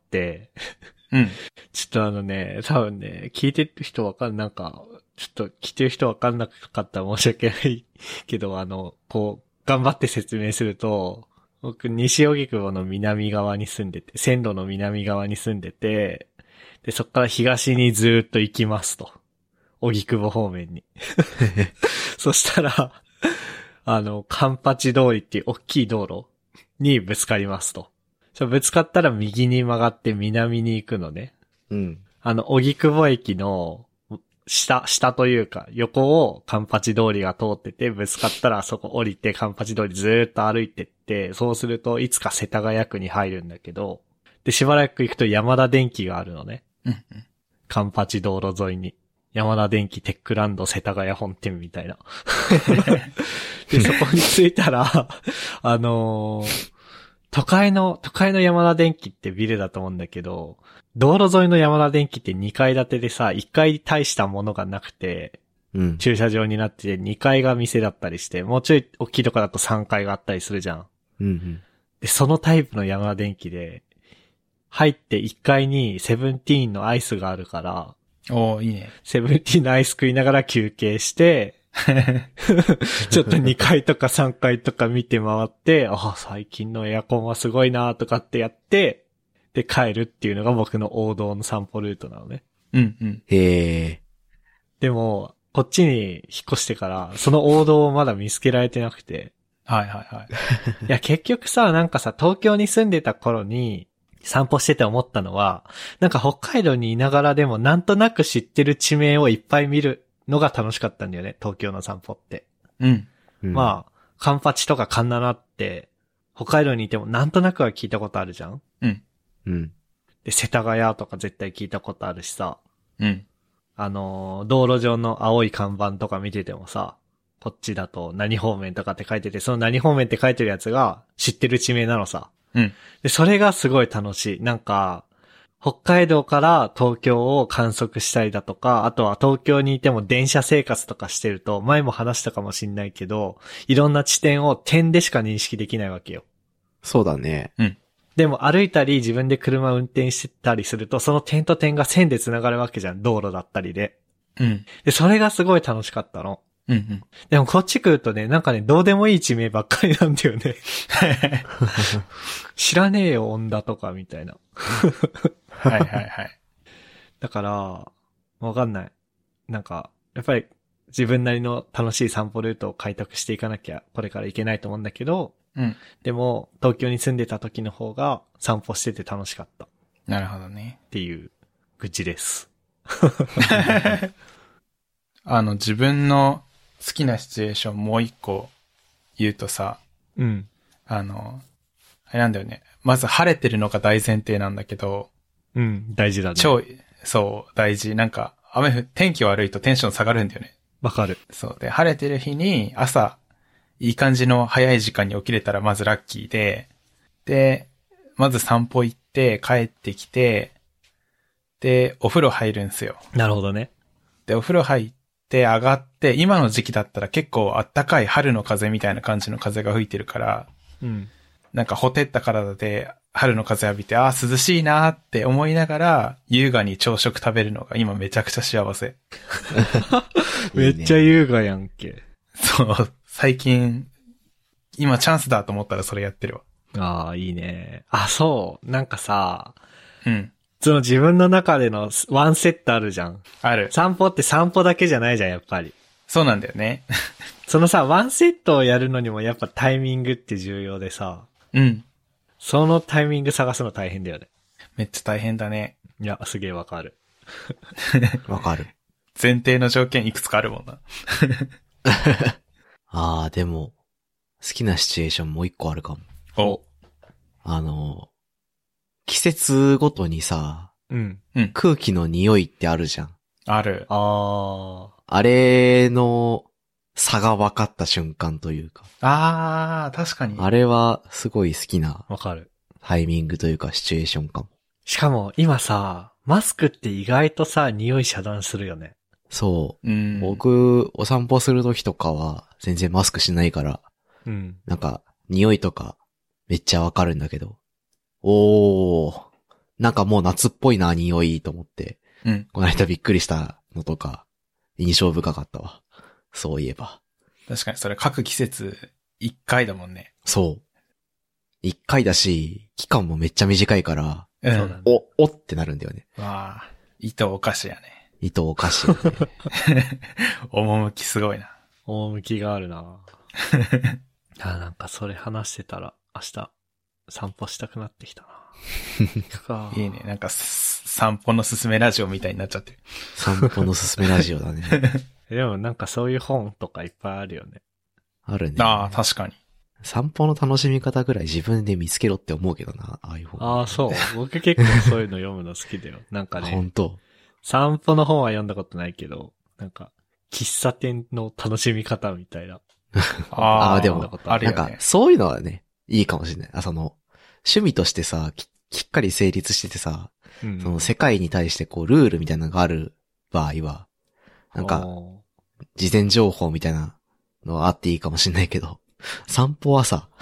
うん。 ちょっとあのね、多分ね、聞いてる人わかん、なんか、ちょっと聞いてる人わかんなかったら申し訳ないけど、あの、こう、頑張って説明すると、僕、西荻窪の南側に住んでて、線路の南側に住んでて、で、そっから東にずーっと行きますと。荻窪方面に。そしたら、あの、カンパチ通りっていう大きい道路にぶつかりますと。ぶつかったら右に曲がって南に行くのね。 うん。 あの、荻窪駅の下、下というか、横をカンパチ通りが通ってて、ぶつかったらそこ降りてカンパチ通りずーっと歩いてって、そうするといつか世田谷区に入るんだけど、で、しばらく行くと山田電機があるのね。 うんうん。 カンパチ道路沿いに。山田電機テックランド世田谷本店みたいな。で、そこに着いたら、あのー、都会の、都会の山田電機ってビルだと思うんだけど、道路沿いの山田電機ってにかい建てでさ、いっかい大したものがなくて、 うん。 駐車場になっててにかいが店だったりして、もうちょい大きいとこだとさんかいがあったりするじゃん。 うんうん。 で、そのタイプの山田電機で、入っていっかいにセブンティーンのアイスがあるから、 おー、いいね。 セブンティーンのアイス食いながら休憩して、ちょっとにかいとかさんかいとか見て回って、あ、最近のエアコンはすごいなとかってやって、で帰るっていうのが僕の王道の散歩ルートなのね。 うんうん。 へえ。 でも、こっちに引っ越してから、その王道をまだ見つけられてなくて。 はいはいはい。 いや、結局さ、なんかさ、東京に住んでた頃に、散歩してて思ったのは、なんか北海道にいながらでもなんとなく知ってる地名をいっぱい見るのが楽しかったんだよね、東京の散歩って。 うん。 うん、 まあ、 カンパチとかカンナナって、北海道にいてもなんとなくは聞いたことあるじゃん？ うん。 うん。 で、世田谷とか絶対聞いたことあるしさ。 うん。 あのー、道路上の青い看板とか見ててもさ、こっちだと何方面とかって書いてて、その何方面って書いてるやつが知ってる地名なのさ。 うん。 で、それがすごい楽しい。なんか、北海道から東京を観測したりだとか、あとは東京にいても電車生活とかしてると、前も話したかもしんないけど、いろんな地点を点でしか認識できないわけよ。 そうだね。 うん。 でも歩いたり自分で車運転してたりすると、その点と点が線で繋がるわけじゃん。道路だったりで。 うん。 で、それがすごい楽しかったの。 うんうん。 でもこっち来るとね、なんかね、どうでもいい地名ばっかりなんだよね。知らねえよ、恩田とかみたいな。 はいはいはい。 だから、わかんない。なんか、やっぱり自分なりの楽しい散歩ルートを開拓していかなきゃ、これからいけないと思うんだけど、 うん。でも、東京に住んでた時の方が散歩してて楽しかった。 なるほどね。 っていう、愚痴です。 あの、自分の好きなシチュエーションもう一個言うとさ、 うん。 あの、あれなんだよね。まず晴れてるのが大前提なんだけど、 うん、大事だね。 超、そう、大事。なんか、雨降、天気悪いとテンション下がるんだよね。 わかる。 そう。で、晴れてる日に朝、いい感じの早い時間に起きれたらまずラッキーで、で、まず散歩行って帰ってきて、で、お風呂入るんすよ。 なるほどね。 で、お風呂入って上がって、今の時期だったら結構あったかい春の風みたいな感じの風が吹いてるから、 うん。 なんかほてった体で春の風浴びて、ああ、涼しいなーって思いながら、優雅に朝食食べるのが今めちゃくちゃ幸せ。 めっちゃ優雅やんけ。 そう、最近、今チャンスだと思ったらそれやってるわ。 ああ、いいね。あ、そう。なんかさ、 うん。 その自分の中でのワンセットあるじゃん。 ある。 散歩って散歩だけじゃないじゃん、やっぱり。 そうなんだよね。 そのさ、ワンセットをやるのにもやっぱタイミングって重要でさ。 うん。 そのタイミング探すの大変だよね。 めっちゃ大変だね。 いや、すげえわかる。 わかる。 前提の条件いくつかあるもんな。 ああ、でも、好きなシチュエーションもう一個あるかも。 お。 あの、季節ごとにさ、 うん。 うん。 空気の匂いってあるじゃん。 ある。 ああ。 あれの差が分かった瞬間というか。 ああ、確かに。 あれはすごい好きなわかる。 タイミングというかシチュエーションかも。 しかも今さ、マスクって意外とさ、匂い遮断するよね。 そう。 うん。 僕、お散歩するときとかは全然マスクしないから、 うん。 なんか、匂いとかめっちゃわかるんだけど、おー、なんかもう夏っぽいな、匂いと思って、 うん。 この間びっくりしたのとか、印象深かったわ。そういえば。 確かにそれ各季節一回だもんね。 そう。一回だし、期間もめっちゃ短いから、 うん。 そうだね。 お、おってなるんだよね。 わあ、糸おかしやね。 糸おかしいよね。 趣すごいな。 趣があるな。あ、なんかそれ話してたら明日散歩したくなってきたな。 いいね。なんか散歩のすすめラジオみたいになっちゃってる。 散歩のすすめラジオだね。 でもなんかそういう本とかいっぱいあるよね。 あるね。 ああ、確かに。 散歩の楽しみ方ぐらい自分で見つけろって思うけどな、ああいう本。 ああ、そう。僕結構そういうの読むの好きだよ。なんかね。 本当。 散歩の本は読んだことないけど、なんか、喫茶店の楽しみ方みたいな。 ああ、でも、 あるよね。 なんか、そういうのはね、いいかもしれない。あ、その、趣味としてさ、き、きっかり成立しててさ、 うん、 その世界に対してこう、ルールみたいなのがある場合は、なんか、事前情報みたいなのはあっていいかもしれないけど、散歩はさ、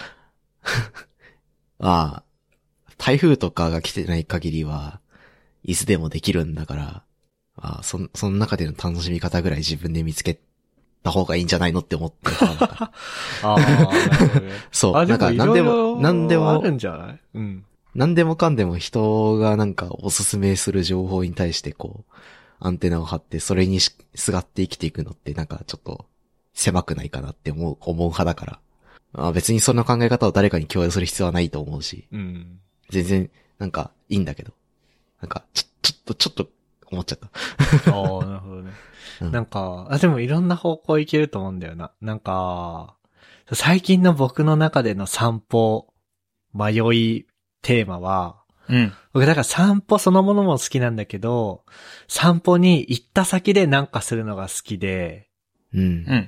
ああ、台風とかが来てない限りは、いつでもできるんだから、ああ、そ、その中での楽しみ方ぐらい自分で見つけた方がいいんじゃないのって思って。 ああ、なるほどね。 そう。なんか、なんでも、なんでも、 あるんじゃない？うん。 なんでもかんでも人がなんかおすすめする情報に対してこう、アンテナを張ってそれにすがって生きていくのってなんかちょっと狭くないかなって思う、思う派だから。まあ、別にそんな考え方を誰かに共有する必要はないと思うし。 うん。 全然、なんか、いいんだけど。なんか、ちょ、ちょっと、ちょっと、思っちゃった。 ああ、なるほどね。 うん、 なんか、あ、でもいろんな方向いけると思うんだよな。なんか、 最近の僕の中での散歩、迷いテーマは、 うん。 僕だから散歩そのものも好きなんだけど、散歩に行った先でなんかするのが好きで、 うん。 うん。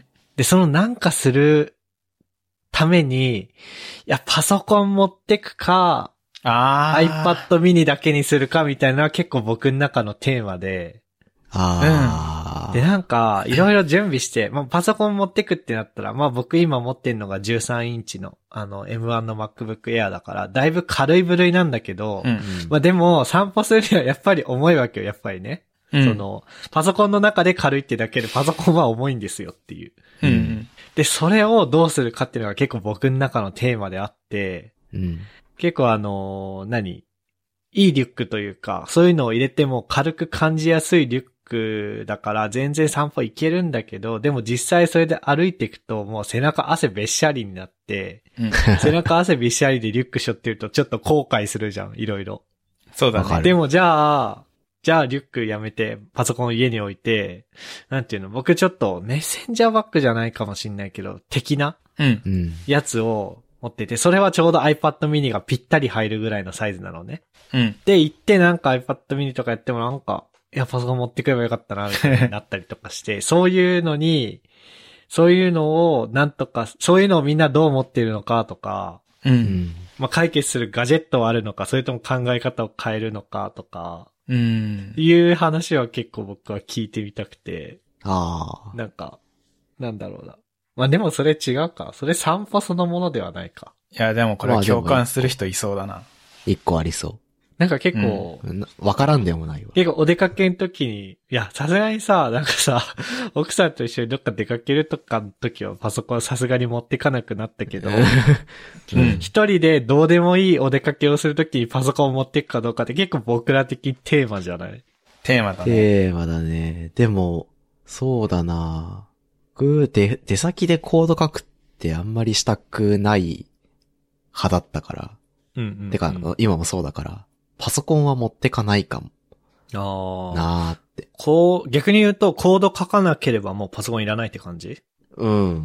で、そのなんかするために、いや、パソコン持ってくか、 ああ。 iPad mini だけにするかみたいなのは結構僕の中のテーマで、 ああ。 で、なんか、いろいろ準備して、まあ、パソコン持ってくってなったら、まあ僕今持ってんのがじゅうさんインチの、あの、エムワン の MacBook Air だから、だいぶ軽い部類なんだけど、 うん。 まあでも、散歩するにはやっぱり重いわけよ、やっぱりね。 うん。 その、パソコンの中で軽いってだけで、パソコンは重いんですよっていう。 うん。 で、それをどうするかっていうのが結構僕の中のテーマであって、 うん。 結構あの、何いいリュックというか、そういうのを入れても軽く感じやすいリュックだから全然散歩行けるんだけど、でも実際それで歩いていくともう背中汗べっしゃりになって、 うん、 背中汗べっしゃりでリュック背負ってるとちょっと後悔するじゃん、いろいろ。 そうだね。 でもじゃあ、じゃあリュックやめてパソコンを家に置いて、なんていうの、僕ちょっとメッセンジャーバッグじゃないかもしんないけど、的なやつを持ってて、それはちょうど iPad mini がぴったり入るぐらいのサイズなのね。 うん。 で、行ってなんか iPad mini とかやってもなんか、いや、パソコン持ってくればよかったな、みたいになったりとかして、そういうのに、そういうのをなんとか、そういうのをみんなどう思っているのかとか、 うん。 まあ、解決するガジェットはあるのか、それとも考え方を変えるのかとか、 うん。 いう話は結構僕は聞いてみたくて、 ああ。 なんか、なんだろうな。まあ、でもそれ違うか。それ散歩そのものではないか。 いや、でもこれは共感する人いそうだな。 一個ありそう。 なんか結構、 うん、わからんでもないわ。 結構お出かけの時に、いや、さすがにさ、なんかさ、奥さんと一緒にどっか出かけるとかの時はパソコンさすがに持ってかなくなったけど、うん、一人でどうでもいいお出かけをする時にパソコンを持っていくかどうかって結構僕ら的にテーマじゃない？ テーマだね。 テーマだね。でも、そうだな僕、出、出先でコード書くってあんまりしたくない派だったから。 うんうんうん、 てか、今もそうだから。パソコンは持ってかないかも。 ああ。 なーって。 こう、逆に言うとコード書かなければもうパソコンいらないって感じ？ うん。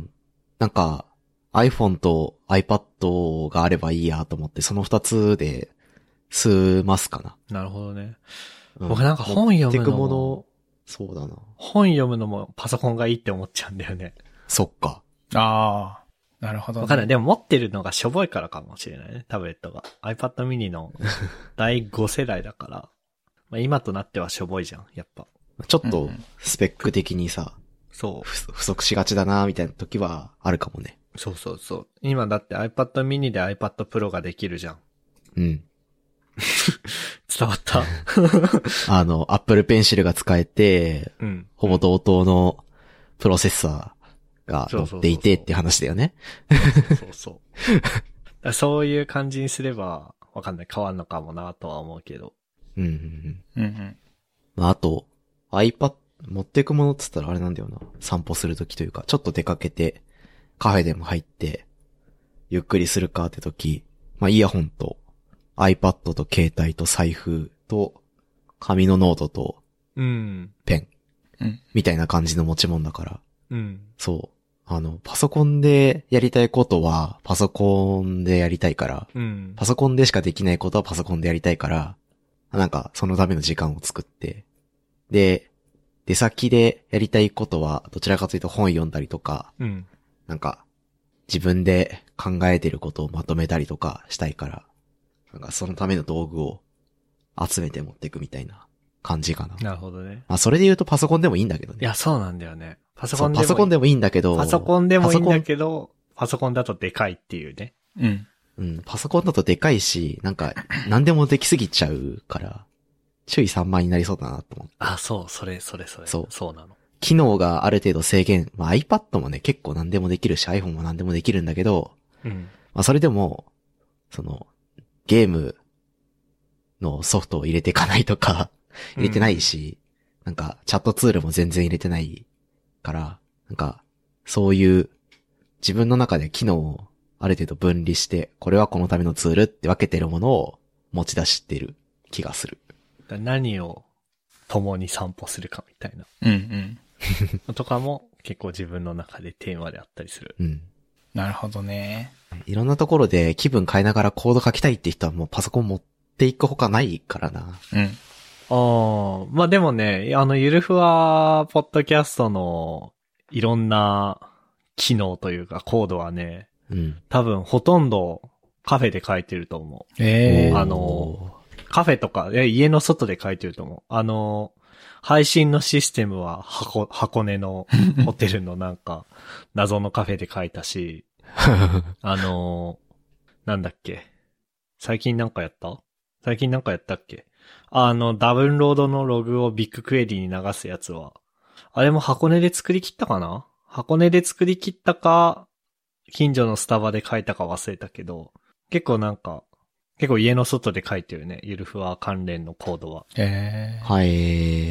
なんか、iPhone と iPad があればいいやと思って、その二つで済ますかな。 なるほどね。 うん、 僕なんか本読むのも。 もの、そうだな。 本読むのもパソコンがいいって思っちゃうんだよね。 そっか。 ああ。なるほど、ね。 わかんない。でも持ってるのがしょぼいからかもしれないね。タブレットが。iPad mini のだいご世代だから。まあ今となってはしょぼいじゃん、やっぱ。 ちょっと、スペック的にさ、 そう。 不足しがちだなみたいな時はあるかもね。 そうそうそう。今だって iPad mini で iPad Pro ができるじゃん。 うん。 伝わったあの、Apple Pencil が使えて、 うん、 ほぼ同等のプロセッサー、が乗っていてって話だよね。 そうそうそう。そういう感じにすれば、わかんない。変わんのかもなとは思うけど。 うんうんうん。 うんうん。 まあ、あと、iPad、持っていくものっつったらあれなんだよな。散歩するときというか、ちょっと出かけて、カフェでも入って、ゆっくりするかってとき、まあ、イヤホンと、iPad と携帯と財布と、紙のノートと、 うん。 ペン。 うん。 みたいな感じの持ち物だから。 うん。 そう。あの、パソコンでやりたいことは、パソコンでやりたいから、 うん、 パソコンでしかできないことはパソコンでやりたいから、なんか、そのための時間を作って、で、出先でやりたいことは、どちらかというと本読んだりとか、 うん、 なんか、自分で考えてることをまとめたりとかしたいから、なんかそのための道具を集めて持っていくみたいな感じかな。 なるほどね。 まあ、それで言うとパソコンでもいいんだけどね。 いや、そうなんだよね。パソコンでもいい。 パソコンでもいいんだけど。 パソコンでもいいんだけど、パソコンだとでかいっていうね。 うん。 うん。パソコンだとでかいし、なんか、何でもできすぎちゃうから、注意散漫になりそうだなと思って。 あ、そう、それ、それ、それ。 そう。 そうなの。 機能がある程度制限、まあ iPad もね、結構何でもできるし、iPhone も何でもできるんだけど、 うん。 まあそれでも、その、ゲームのソフトを入れていかないとか、入れてないし、うん、なんか、チャットツールも全然入れてないから、なんか、そういう自分の中で機能をある程度分離して、これはこのためのツールって分けてるものを持ち出してる気がする。 何を共に散歩するかみたいな。 うんうん。 とかも結構自分の中でテーマであったりする。 うん。 なるほどね。 いろんなところで気分変えながらコード書きたいって人はもうパソコン持っていくほかないからな。 うん。 ああ、まあでもね、あの、ゆるふわポッドキャストのいろんな機能というかコードはね、 うん。 多分ほとんどカフェで書いてると思う。 ええー。 あの、カフェとか、家の外で書いてると思う。あの、配信のシステムは箱、箱根のホテルのなんか、謎のカフェで書いたし、あの、なんだっけ。最近なんかやった最近なんかやったっけあの、ダウンロードのログをビッグクエリに流すやつは、あれも箱根で作り切ったかな箱根で作り切ったか、近所のスタバで書いたか忘れたけど、結構なんか、結構家の外で書いてるね。ゆるふわ関連のコードは。 えー、 はい。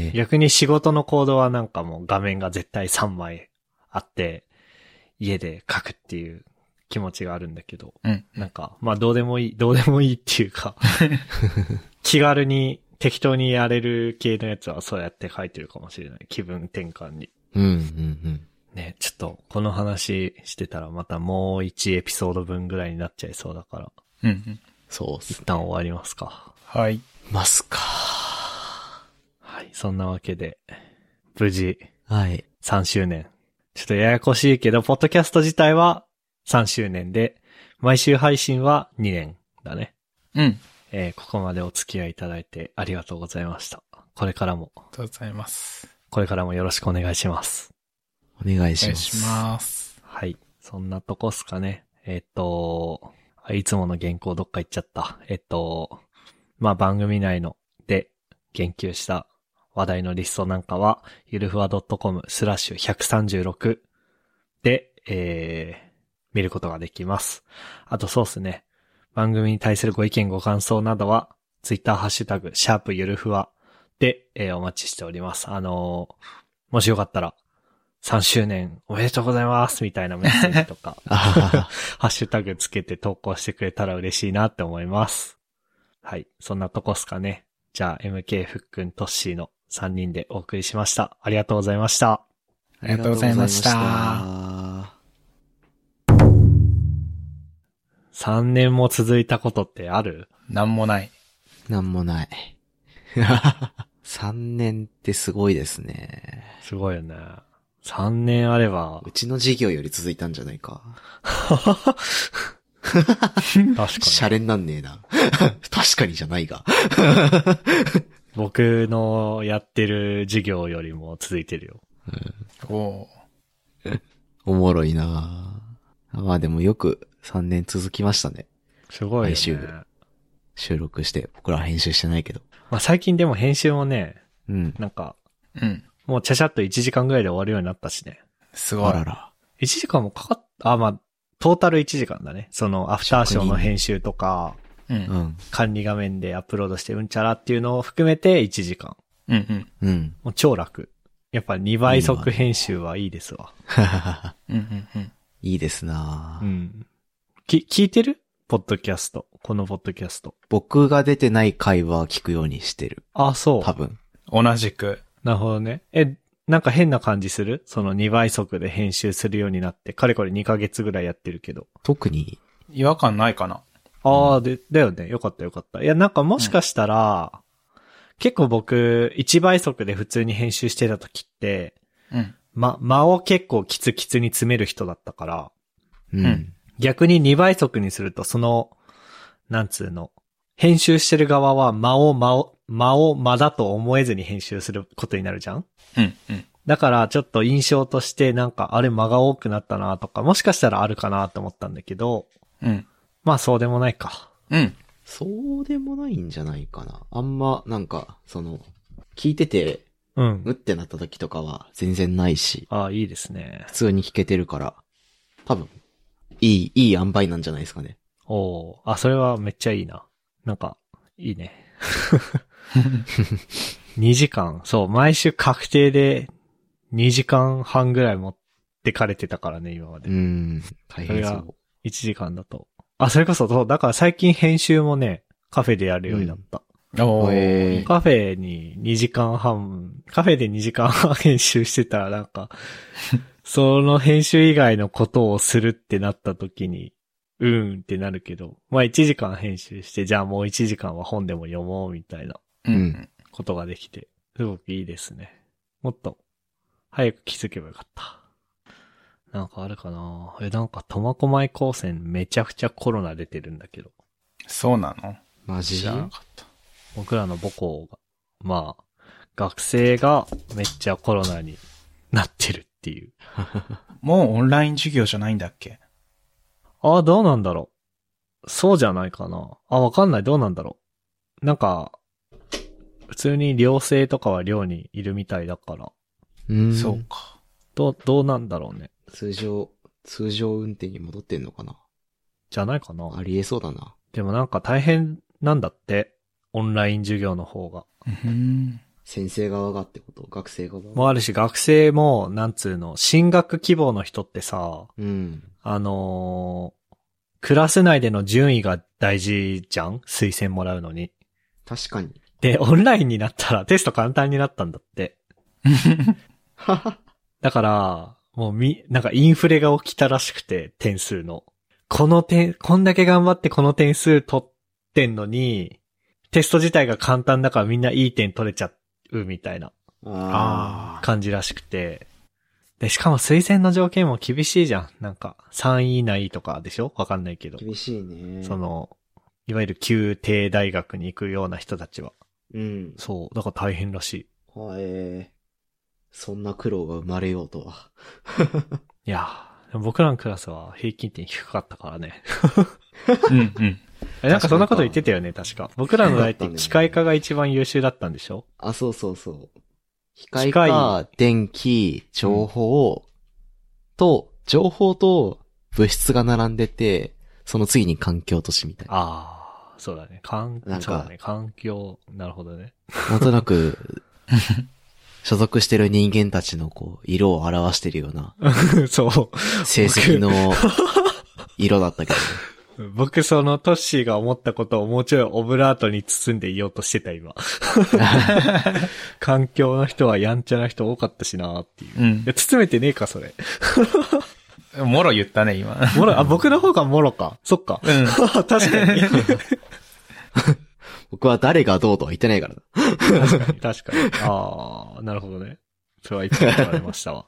逆に仕事のコードはなんかもう画面が絶対さんまいあって、家で書くっていう気持ちがあるんだけど、 うん、 なんか、まあどうでもいい、どうでもいいっていうか、気軽に適当にやれる系のやつはそうやって書いてるかもしれない。気分転換に。 うん、うん、うん。 ね、ちょっとこの話してたらまたもういちエピソード分ぐらいになっちゃいそうだから。 うん、うん。 そうっす、ね。 一旦終わりますか。 はい。 ますか。 はい。そんなわけで、無事、 はい。 さんしゅうねん。ちょっとややこしいけど、ポッドキャスト自体はさんしゅうねんで、毎週配信はにねんだね。 うん。 えー、ここまでお付き合いいただいてありがとうございました。これからも。 ありがとうございます。 これからもよろしくお願いします。 お願いします。 お願いします。 はい。そんなとこっすかね。えっと、いつもの原稿どっか行っちゃった。えっと、まあ、番組内ので言及した話題のリストなんかは、ゆるふわ .com スラッシュひゃくさんじゅうろくで、えー、見ることができます。あとそうっすね。番組に対するご意見ご感想などは、ツイッターハッシュタグ、シャープゆるふわで、えー、お待ちしております。あのー、もしよかったら、さんしゅうねんおめでとうございますみたいなメッセージとか、ハッシュタグつけて投稿してくれたら嬉しいなって思います。はい。そんなとこっすかね。じゃあ エムケー ふっくんとっしーのさんにんでお送りしました。ありがとうございました。 ありがとうございました。 さんねんも続いたことってある？ なんもない。 なんもない。さんねんってすごいですね。 すごいよね。さんねんあれば。 うちの事業より続いたんじゃないか。 確かに。 シャレになんねえな。確かにじゃないが。 僕のやってる事業よりも続いてるよ。 うん、おおもろいなぁ。まあでもよくさんねん続きましたね。 すごいよね。 毎週収録して、僕ら編集してないけど。 まあ最近でも編集もね、 うん。 なんか、 うん。 もうちゃちゃっといちじかんぐらいで終わるようになったしね。 すごい。 あらら。 いちじかんもかかっ、あ、まあ、トータルいちじかんだね。その、アフターショーの編集とか、 うん。 うん。 管理画面でアップロードしてうんちゃらっていうのを含めていちじかん。うんうん。うん。 もう超楽。やっぱにばい速編集はいいですわ。 うんうんうん。 いいですなぁ。 うん。き、聞いてる？ポッドキャスト。このポッドキャスト。 僕が出てない回は聞くようにしてる。 あ、そう。 多分。 同じく。 なるほどね。え、なんか変な感じする？そのにばい速で編集するようになって、かれこれにかげつぐらいやってるけど。 特に。 違和感ないかな。 ああ、で、だよね。よかったよかった。いや、なんかもしかしたら、うん、結構僕、いちばい速で普通に編集してた時って、 うん。 ま、間を結構キツキツに詰める人だったから、 うん。うん、 逆ににばい速にすると、その、なんつうの、編集してる側は間を間を、間を間だと思えずに編集することになるじゃん？ うんうん。 だからちょっと印象としてなんかあれ間が多くなったなとか、もしかしたらあるかなと思ったんだけど、 うん。 まあそうでもないか。 うん。 そうでもないんじゃないかな。あんま、なんか、その、聞いてて、 うん。 うってなった時とかは全然ないし。 ああ、いいですね。 普通に聞けてるから、多分、いい、いい塩梅なんじゃないですかね。 おー。あ、それはめっちゃいいな。なんか、いいね。にじかん。そう、毎週確定でにじかんはんぐらい持ってかれてたからね、今まで。 うーん、大変そそれがう。 いちじかんだと。あ、それこそ、そう、だから最近編集もね、カフェでやるようになった。 うん、おーカフェににじかんはん、カフェでにじかんはん編集してたらなんか、 その編集以外のことをするってなった時に、うーんってなるけど、まあいちじかん編集して、じゃあもういちじかんは本でも読もうみたいなうん。 ことができて、すごくいいですね。もっと、早く気づけばよかった。なんかあるかなえ、なんか苫小牧高専めちゃくちゃコロナ出てるんだけど。 そうなの？ マジ知らなかった。 僕らの母校が、まあ、学生がめっちゃコロナになってるっていう。 もうオンライン授業じゃないんだっけ？ ああ、どうなんだろう。そうじゃないかな。あ、わかんない。どうなんだろう。なんか、普通に寮生とかは寮にいるみたいだから。 うん。 そうか。 どう、どうなんだろうね。 通常、通常運転に戻ってんのかな？ じゃないかな。 ありえそうだな。 でもなんか大変なんだって。オンライン授業の方が。 うん。 先生側がってこと？学生側もあるし、学生も、なんつうの、進学希望の人ってさ、 うん。 あのー、クラス内での順位が大事じゃん？推薦もらうのに。 確かに。 で、オンラインになったらテスト簡単になったんだって。 はは。 だから、もうみ、なんかインフレが起きたらしくて、点数の。この点、こんだけ頑張ってこの点数取ってんのに、テスト自体が簡単だからみんないい点取れちゃうみたいなあ感じらしくて。で、しかも推薦の条件も厳しいじゃん。なんか、さんい以内とかでしょ？わかんないけど。 厳しいね。 その、いわゆる旧帝大学に行くような人たちは。 うん。 そう。だから大変らしい。 はえー。そんな苦労が生まれようとは。 いやー、でも僕らのクラスは平均点低かったからね。 うんうん。 え、なんかそんなこと言ってたよね、確か。僕らの代って機械科が一番優秀だったんでしょ？ あ、そうそうそう。機械科、電気、情報、と、情報と物質が並んでて、その次に環境都市みたいな。 ああ、そうだね。環、 なんかそうだね。環境、なるほどね。 なんとなく、所属してる人間たちのこう、色を表してるような、 そう。 成績の色だったけど、 僕そのトッシーが思ったことをもうちょいオブラートに包んでいようとしてた今。環境の人はやんちゃな人多かったしなーっていう。 うんいや包めてねえか、それ。 もろ言ったね、今。 もろ、あ、僕の方がもろか。そっか。 うん。 確かに。 僕は誰がどうとは言ってないからな。 確かに、確かに。ああ、なるほどね。それは一本取られましたわ。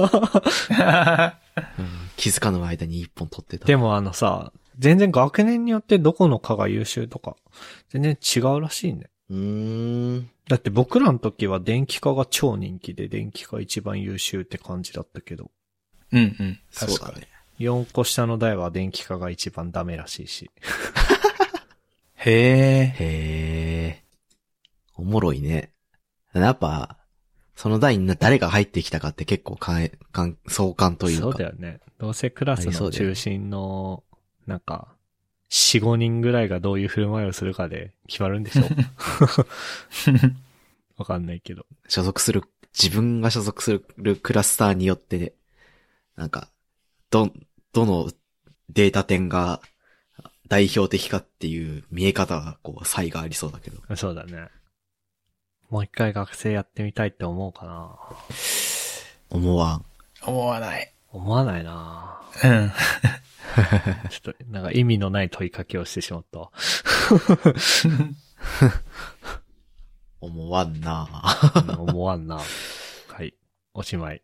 うん気づかぬ間に一本取ってた。 でもあのさ、全然学年によってどこの科が優秀とか、全然違うらしいね。 うーん。 だって僕らの時は電気科が超人気で電気科一番優秀って感じだったけど、 うんうん。 そうだね。 よんこ下の代は電気科が一番ダメらしいし。 へえ。 へえ。おもろいね。やっぱ、その代に誰が入ってきたかって結構かん、かん、相関というか。 そうだよね。どうせクラスのありそうだよね中心の、なんか、よん、ごにんぐらいがどういう振る舞いをするかで決まるんでしょわかんないけど。 所属する、自分が所属するクラスターによって、なんか、ど、どのデータ点が代表的かっていう見え方がこう差異がありそうだけど。 そうだね。もう一回学生やってみたいって思うかな。 思わん。 思わない。 思わないな。 うん。 ちょっと、なんか意味のない問いかけをしてしまったわ。 思わんなうん思わんな。はい。おしまい。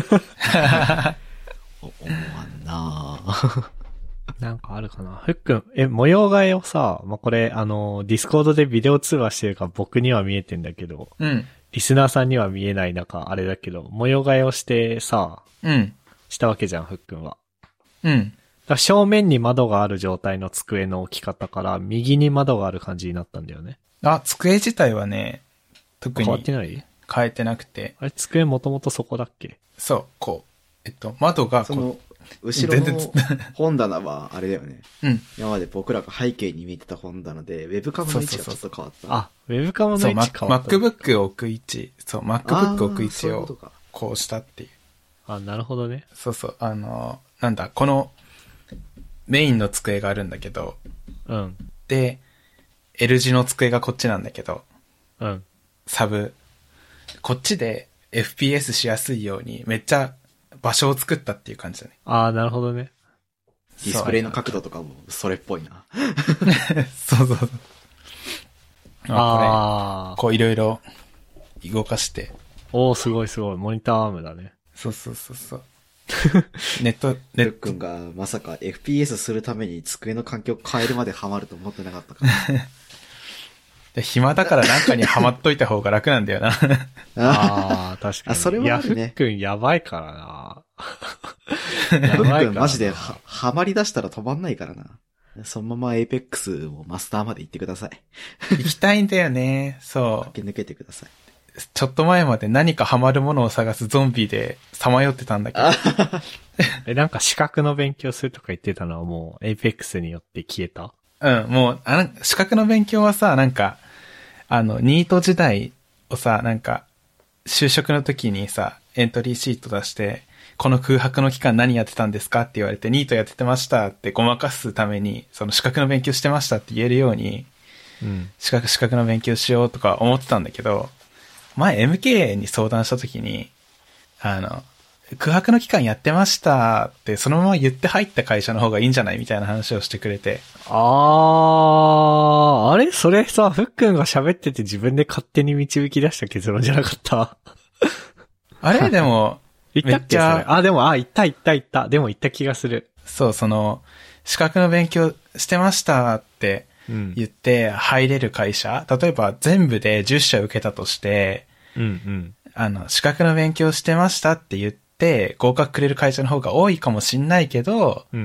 思わんななんかあるかな。ふっくん、え、模様替えをさ、まあ、これ、あの、ディスコードでビデオ通話してるから僕には見えてんだけど、 うん。 リスナーさんには見えない中、あれだけど、模様替えをしてさ、 うん。 したわけじゃん、ふっくんは。 うん。 だから正面に窓がある状態の机の置き方から、右に窓がある感じになったんだよね。 あ、机自体はね、特変わにってない変えてなくて、 あれ、机もともとそこだっけ？ そう、こう、えっと、窓がこその、後ろの本棚はあれだよね。 う、うん。 今まで僕らが背景に見てた本棚で、ウェブカムの位置がちょっと変わった。 あ、ウェブカムのそう、 位マ置変わった。 MacBook を置く位置、そう、MacBook を置く位置をそういうことか。 こうしたっていう。 あ、なるほどね。 そうそう、あの、なんだ、このメインの机があるんだけど、 うん。 で、L 字の机がこっちなんだけど、 うん。 サブ、こっちで エフピーエス しやすいようにめっちゃ場所を作ったっていう感じだね。 ああ、なるほどね。 ディスプレイの角度とかもそれっぽいな。 そうそうそう。 ああ。 こういろいろ動かして。 おー、すごいすごい。モニターアームだね。 そうそうそうそう。ネット、 ネット。君がまさか エフピーエス するために机の環境変えるまでハマると思ってなかったから。 で暇だからなんかにハマっといた方が楽なんだよな。 ああ、確かに。 あ、それはあるね。 いや、ふっくんやばいからな。やばいからな。 マジでは、ハマり出したら止まんないからな。そのまま Apex をマスターまで行ってください。 行きたいんだよね。そう。 駆け抜けてください。 ちょっと前まで何かハマるものを探すゾンビでさまよってたんだけど。 え、なんか資格の勉強するとか言ってたのはもう Apex によって消えた？ うん、もう、あの、資格の勉強はさ、なんか、あの、ニート時代をさ、なんか、就職の時にさ、エントリーシート出して、この空白の期間何やってたんですかって言われて、ニートやってましたってごまかすために、その資格の勉強してましたって言えるように、うん、資格、資格の勉強しようとか思ってたんだけど、前 エムケー に相談した時に、あの、空白の期間やってましたってそのまま言って入った会社の方がいいんじゃないみたいな話をしてくれて。 あー、あれそれさ、ふっくんが喋ってて自分で勝手に導き出した結論じゃなかったあれでも、 言ったっけそれ。あ、でも、あ、言った言った言った。でも言った気がする。 そう、その、資格の勉強してましたって言って入れる会社、うん、例えば全部でじゅっしゃ受けたとして、 うんうん、 あの、資格の勉強してましたって言って、で合格くれる会社の方が多いかもしんないけど、 うんうんうん、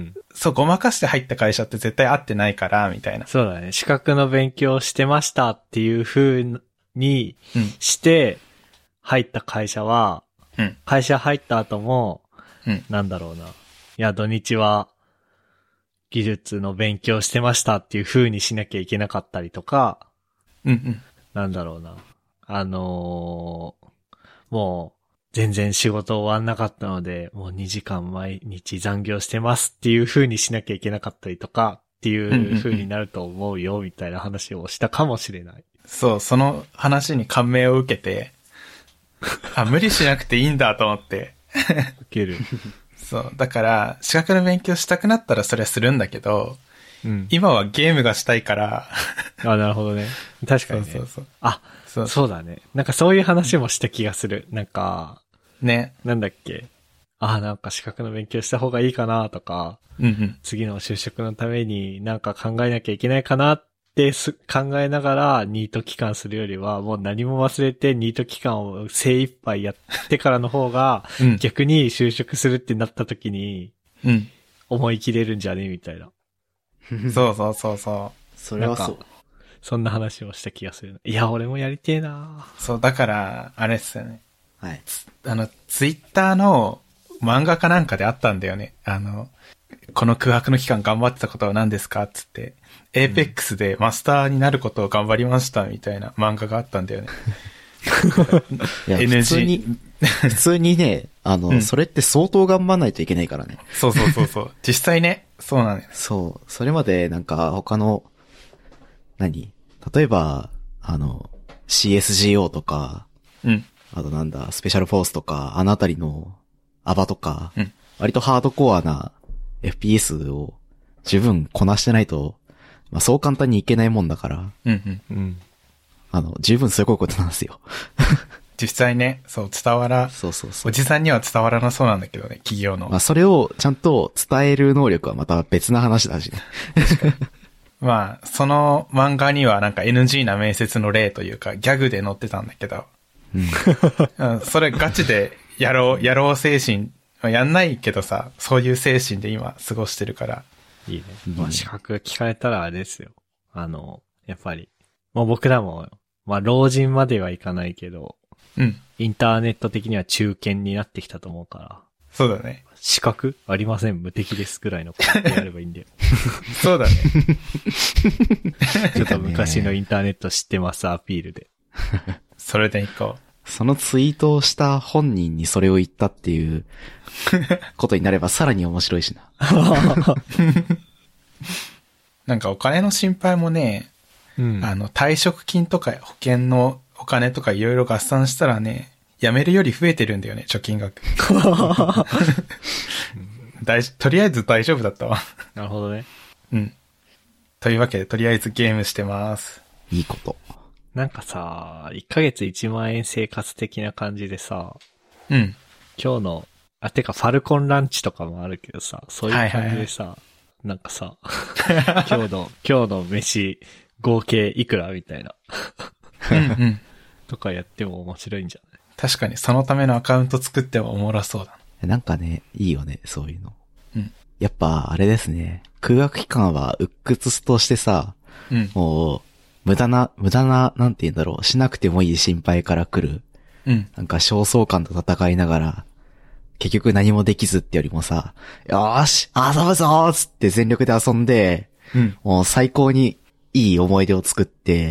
そう、ごまかして入った会社って絶対合ってないから、みたいな。 そうだね。資格の勉強してましたっていう風にして入った会社は、 うん、 会社入った後も、 うん、 なんだろうな。いや、土日は技術の勉強してましたっていう風にしなきゃいけなかったりとか、 うんうん、 なんだろうな。あのー、もう、全然仕事終わんなかったので、もうにじかん毎日残業してますっていう風にしなきゃいけなかったりとかっていう風になると思うよみたいな話をしたかもしれない。 そう、その話に感銘を受けて、あ、無理しなくていいんだと思って。 受ける。 そう、だから資格の勉強したくなったらそれはするんだけど、 うん、 今はゲームがしたいから。 あ、なるほどね。確かにね。 そうそうそう。 あ、そうそうだね。なんかそういう話もした気がする。なんか、 ね。 なんだっけ。あ、なんか資格の勉強した方がいいかなとか、 うんうん、 次の就職のためになんか考えなきゃいけないかなってす考えながらニート期間するよりは、もう何も忘れてニート期間を精一杯やってからの方が、うん、逆に就職するってなった時に、 うん、 思い切れるんじゃねみたいな。 そうそうそうそう。 それはそう。 そんな話をした気がする。いや、俺もやりてえな。 そう、だから、あれっすよね。 はい。 あの、ツイッターの漫画かなんかであったんだよね。あの、この空白の期間頑張ってたことは何ですかつって、エーペックス でマスターになることを頑張りましたみたいな漫画があったんだよね。 いや エヌジー 普通に、普通にね、あの、うん、それって相当頑張んないといけないからね。 そうそうそうそう。実際ね、そうなんだよね。 そう。それまでなんか他の、何例えば、あの、シーエスジーオー とか、 うん。 あとなんだ、スペシャルフォースとか、あのあたりのアバとか、 うん、 割とハードコアな エフピーエス を十分こなしてないと、まあそう簡単にいけないもんだから、 うんうんうん、 あの、十分すごいことなんですよ。 実際ね、そう伝わら、 そうそうそう。 おじさんには伝わらなそうなんだけどね、企業の。 まあそれをちゃんと伝える能力はまた別な話だしね。 まあ、その漫画にはなんか エヌジー な面接の例というか、ギャグで載ってたんだけど、うん、それガチでやろう、やろう精神、やんないけどさ、そういう精神で今過ごしてるから。 いいね。まあ資格聞かれたらあれですよ。あの、やっぱり、もう僕らも、まあ老人まではいかないけど、 うん。 インターネット的には中堅になってきたと思うから。 そうだね。 資格ありません、無敵ですぐらいのことやればいいんだよ。 そうだね。 ちょっと昔のインターネット知ってますアピールで。 それでいこう。そのツイートをした本人にそれを言ったっていうことになればさらに面白いしな。 なんかお金の心配もね、うん、あの退職金とか保険のお金とかいろいろ合算したらね、 辞めるより増えてるんだよね、貯金額。大とりあえず大丈夫だったわ。 なるほどね。 うん。というわけで、とりあえずゲームしてます。 いいこと。 なんかさ、いっかげついちまん円生活的な感じでさ、 うん。 今日の、あ、てかファルコンランチとかもあるけどさ、そういう感じでさ、はいはいはい、なんかさ、今日の、今日の飯、合計いくらみたいな。 うんうん。 とかやっても面白いんじゃない？ 確かに、そのためのアカウント作ってもおもろそうだ。 なんかね、いいよね、そういうの。 うん。 やっぱ、あれですね。空白期間は鬱屈としてさ、 うん、 もう、無駄な、無駄な、なんて言うんだろう、しなくてもいい心配から来る。 うん。 なんか焦燥感と戦いながら、結局何もできずってよりもさ、よーし、遊ぶぞーつって全力で遊んで、 うん。 もう最高にいい思い出を作って、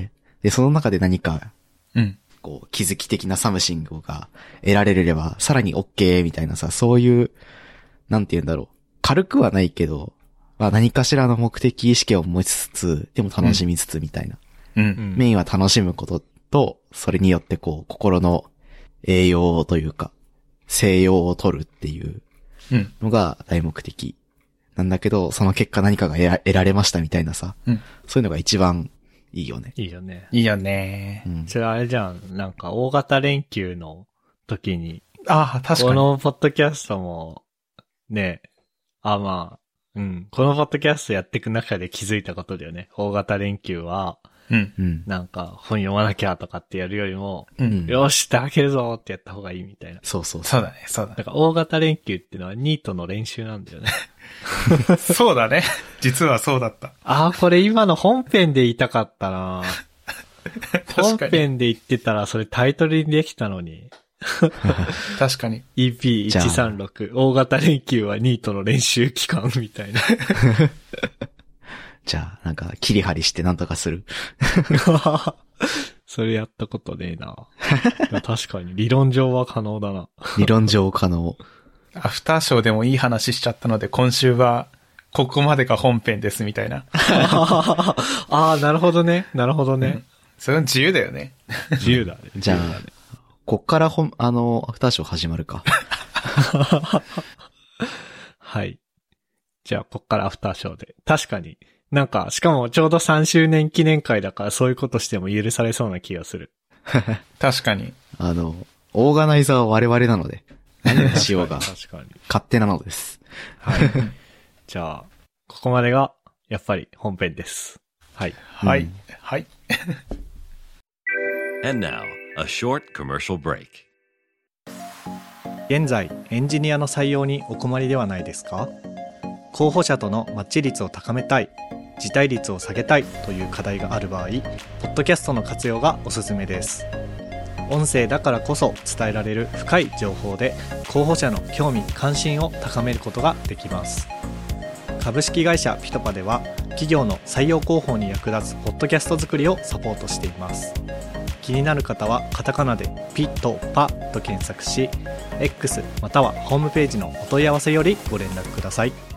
で、その中で何か、 うん。 こう、気づき的なサムシングが得られれば、さらに OK みたいなさ、そういう、なんて言うんだろう。軽くはないけど、まあ何かしらの目的意識を持ちつつ、でも楽しみつつみたいな。 うん。 メインは楽しむことと、それによってこう、心の栄養というか、静養を取るっていうのが大目的なんだけど、その結果何かが得ら、得られましたみたいなさ、 うん、 そういうのが一番いいよね。 いいよね。 いいよね。 うん。それあれじゃん、なんか大型連休の時に。 ああ、確かに。 このポッドキャストも、ね、あ、まあ、うん。このポッドキャストやっていく中で気づいたことだよね。大型連休は、 うん。 なんか本読まなきゃとかってやるよりも、 うん、 よし、開けるぞってやった方がいいみたいな。 そうそうそう。そうだね、そうだね。 だから大型連休っていうのはニートの練習なんだよね。 そうだね。実はそうだった。 ああ、これ今の本編で言いたかったな本編で言ってたらそれタイトルにできたのに。 確かに。 イーピーいちさんろく 大型連休はニートの練習期間みたいな。 じゃあ、なんか、切り張りしてなんとかする。 それやったことねえな。確かに、理論上は可能だな。 理論上可能。 アフターショーでもいい話しちゃったので、今週は、ここまでが本編ですみたいな。 ああ、なるほどね。なるほどね。うん、 それは自由だよね。 自由だね。 じゃあ、ね、こっから本、あの、アフターショー始まるか。 はい。じゃあ、こっからアフターショーで。確かに。なんか、しかもちょうどさんしゅうねん記念会だからそういうことしても許されそうな気がする。 確かに。 あの、オーガナイザーは我々なので、何をしようが、 確かに。 勝手なのです。 はい。じゃあ、ここまでが、やっぱり本編です。はい。 はい。うん、はい。 And now, a short commercial break. 現在、エンジニアの採用にお困りではないですか？候補者とのマッチ率を高めたい、辞退率を下げたいという課題がある場合、ポッドキャストの活用がおすすめです。音声だからこそ伝えられる深い情報で、候補者の興味関心を高めることができます。株式会社ピトパでは、企業の採用広報に役立つポッドキャスト作りをサポートしています。気になる方はカタカナでピトパと検索し、X またはホームページのお問い合わせよりご連絡ください。